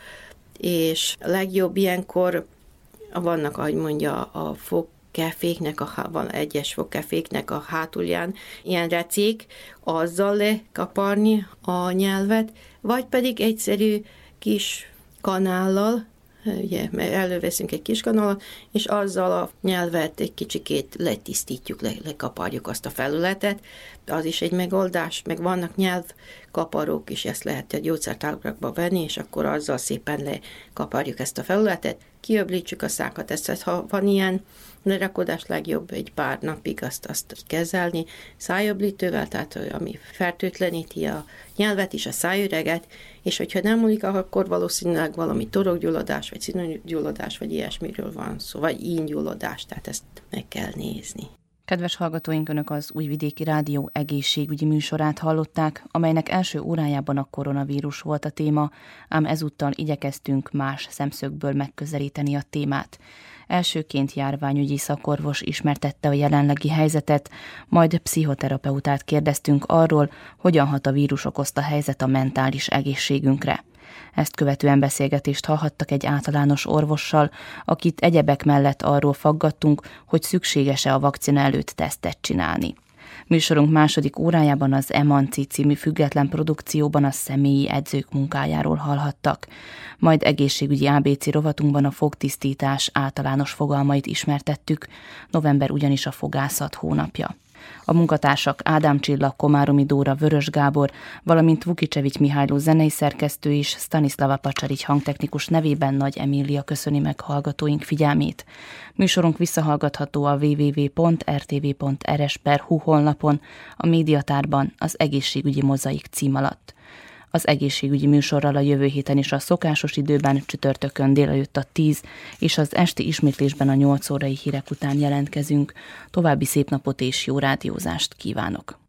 és a legjobb ilyenkor vannak, ahogy mondja, a fogkeféknek, a, van egyes fogkeféknek a hátulján ilyen recék, azzal lekaparni a nyelvet, vagy pedig egyszerű kis kanállal, ugye előveszünk egy kis kanálat, és azzal a nyelvet egy kicsikét letisztítjuk, le, lekaparjuk azt a felületet. Az is egy megoldás, meg vannak nyelvkaparók is, ezt lehet a gyógyszertárakba venni, és akkor azzal szépen lekaparjuk ezt a felületet, kiöblítsük a szákat. Ezt, ha van ilyen lerakodás, legjobb egy pár napig azt, azt kezelni szájöblítővel, tehát ami fertőtleníti a nyelvet is, a szájüreget, és hogyha nem múlik, akkor valószínűleg valami torokgyulladás, vagy színgyulladás, vagy ilyesmiről van szó, vagy íngyulladás, tehát ezt meg kell nézni. Kedves hallgatóink, Önök az Újvidéki Rádió egészségügyi műsorát hallották, amelynek első órájában a koronavírus volt a téma, ám ezúttal igyekeztünk más szemszögből megközelíteni a témát. Elsőként járványügyi szakorvos ismertette a jelenlegi helyzetet, majd pszichoterapeutát kérdeztünk arról, hogyan hat a vírus okozta helyzet a mentális egészségünkre. Ezt követően beszélgetést hallhattak egy általános orvossal, akit egyebek mellett arról faggattunk, hogy szükséges-e a vakcina előtt tesztet csinálni. Műsorunk második órájában az Emanci című független produkcióban a személyi edzők munkájáról hallhattak, majd egészségügyi á bé cé rovatunkban a fogtisztítás általános fogalmait ismertettük, november ugyanis a fogászat hónapja. A munkatársak Ádám Csilla, Komáromi Dóra, Vörös Gábor, valamint Vukicsevics Mihályló zenei szerkesztő és Stanislava Pacsarics hangtechnikus nevében Nagy Emília köszöni meg hallgatóink figyelmét. Műsorunk visszahallgatható a double-u double-u double-u pont r t v pont r s pont h u honlapon, a médiatárban az egészségügyi mozaik cím alatt. Az egészségügyi műsorral a jövő héten is a szokásos időben, csütörtökön délelőtt a tíz és az esti ismétlésben a nyolc órai hírek után jelentkezünk. További szép napot és jó rádiózást kívánok!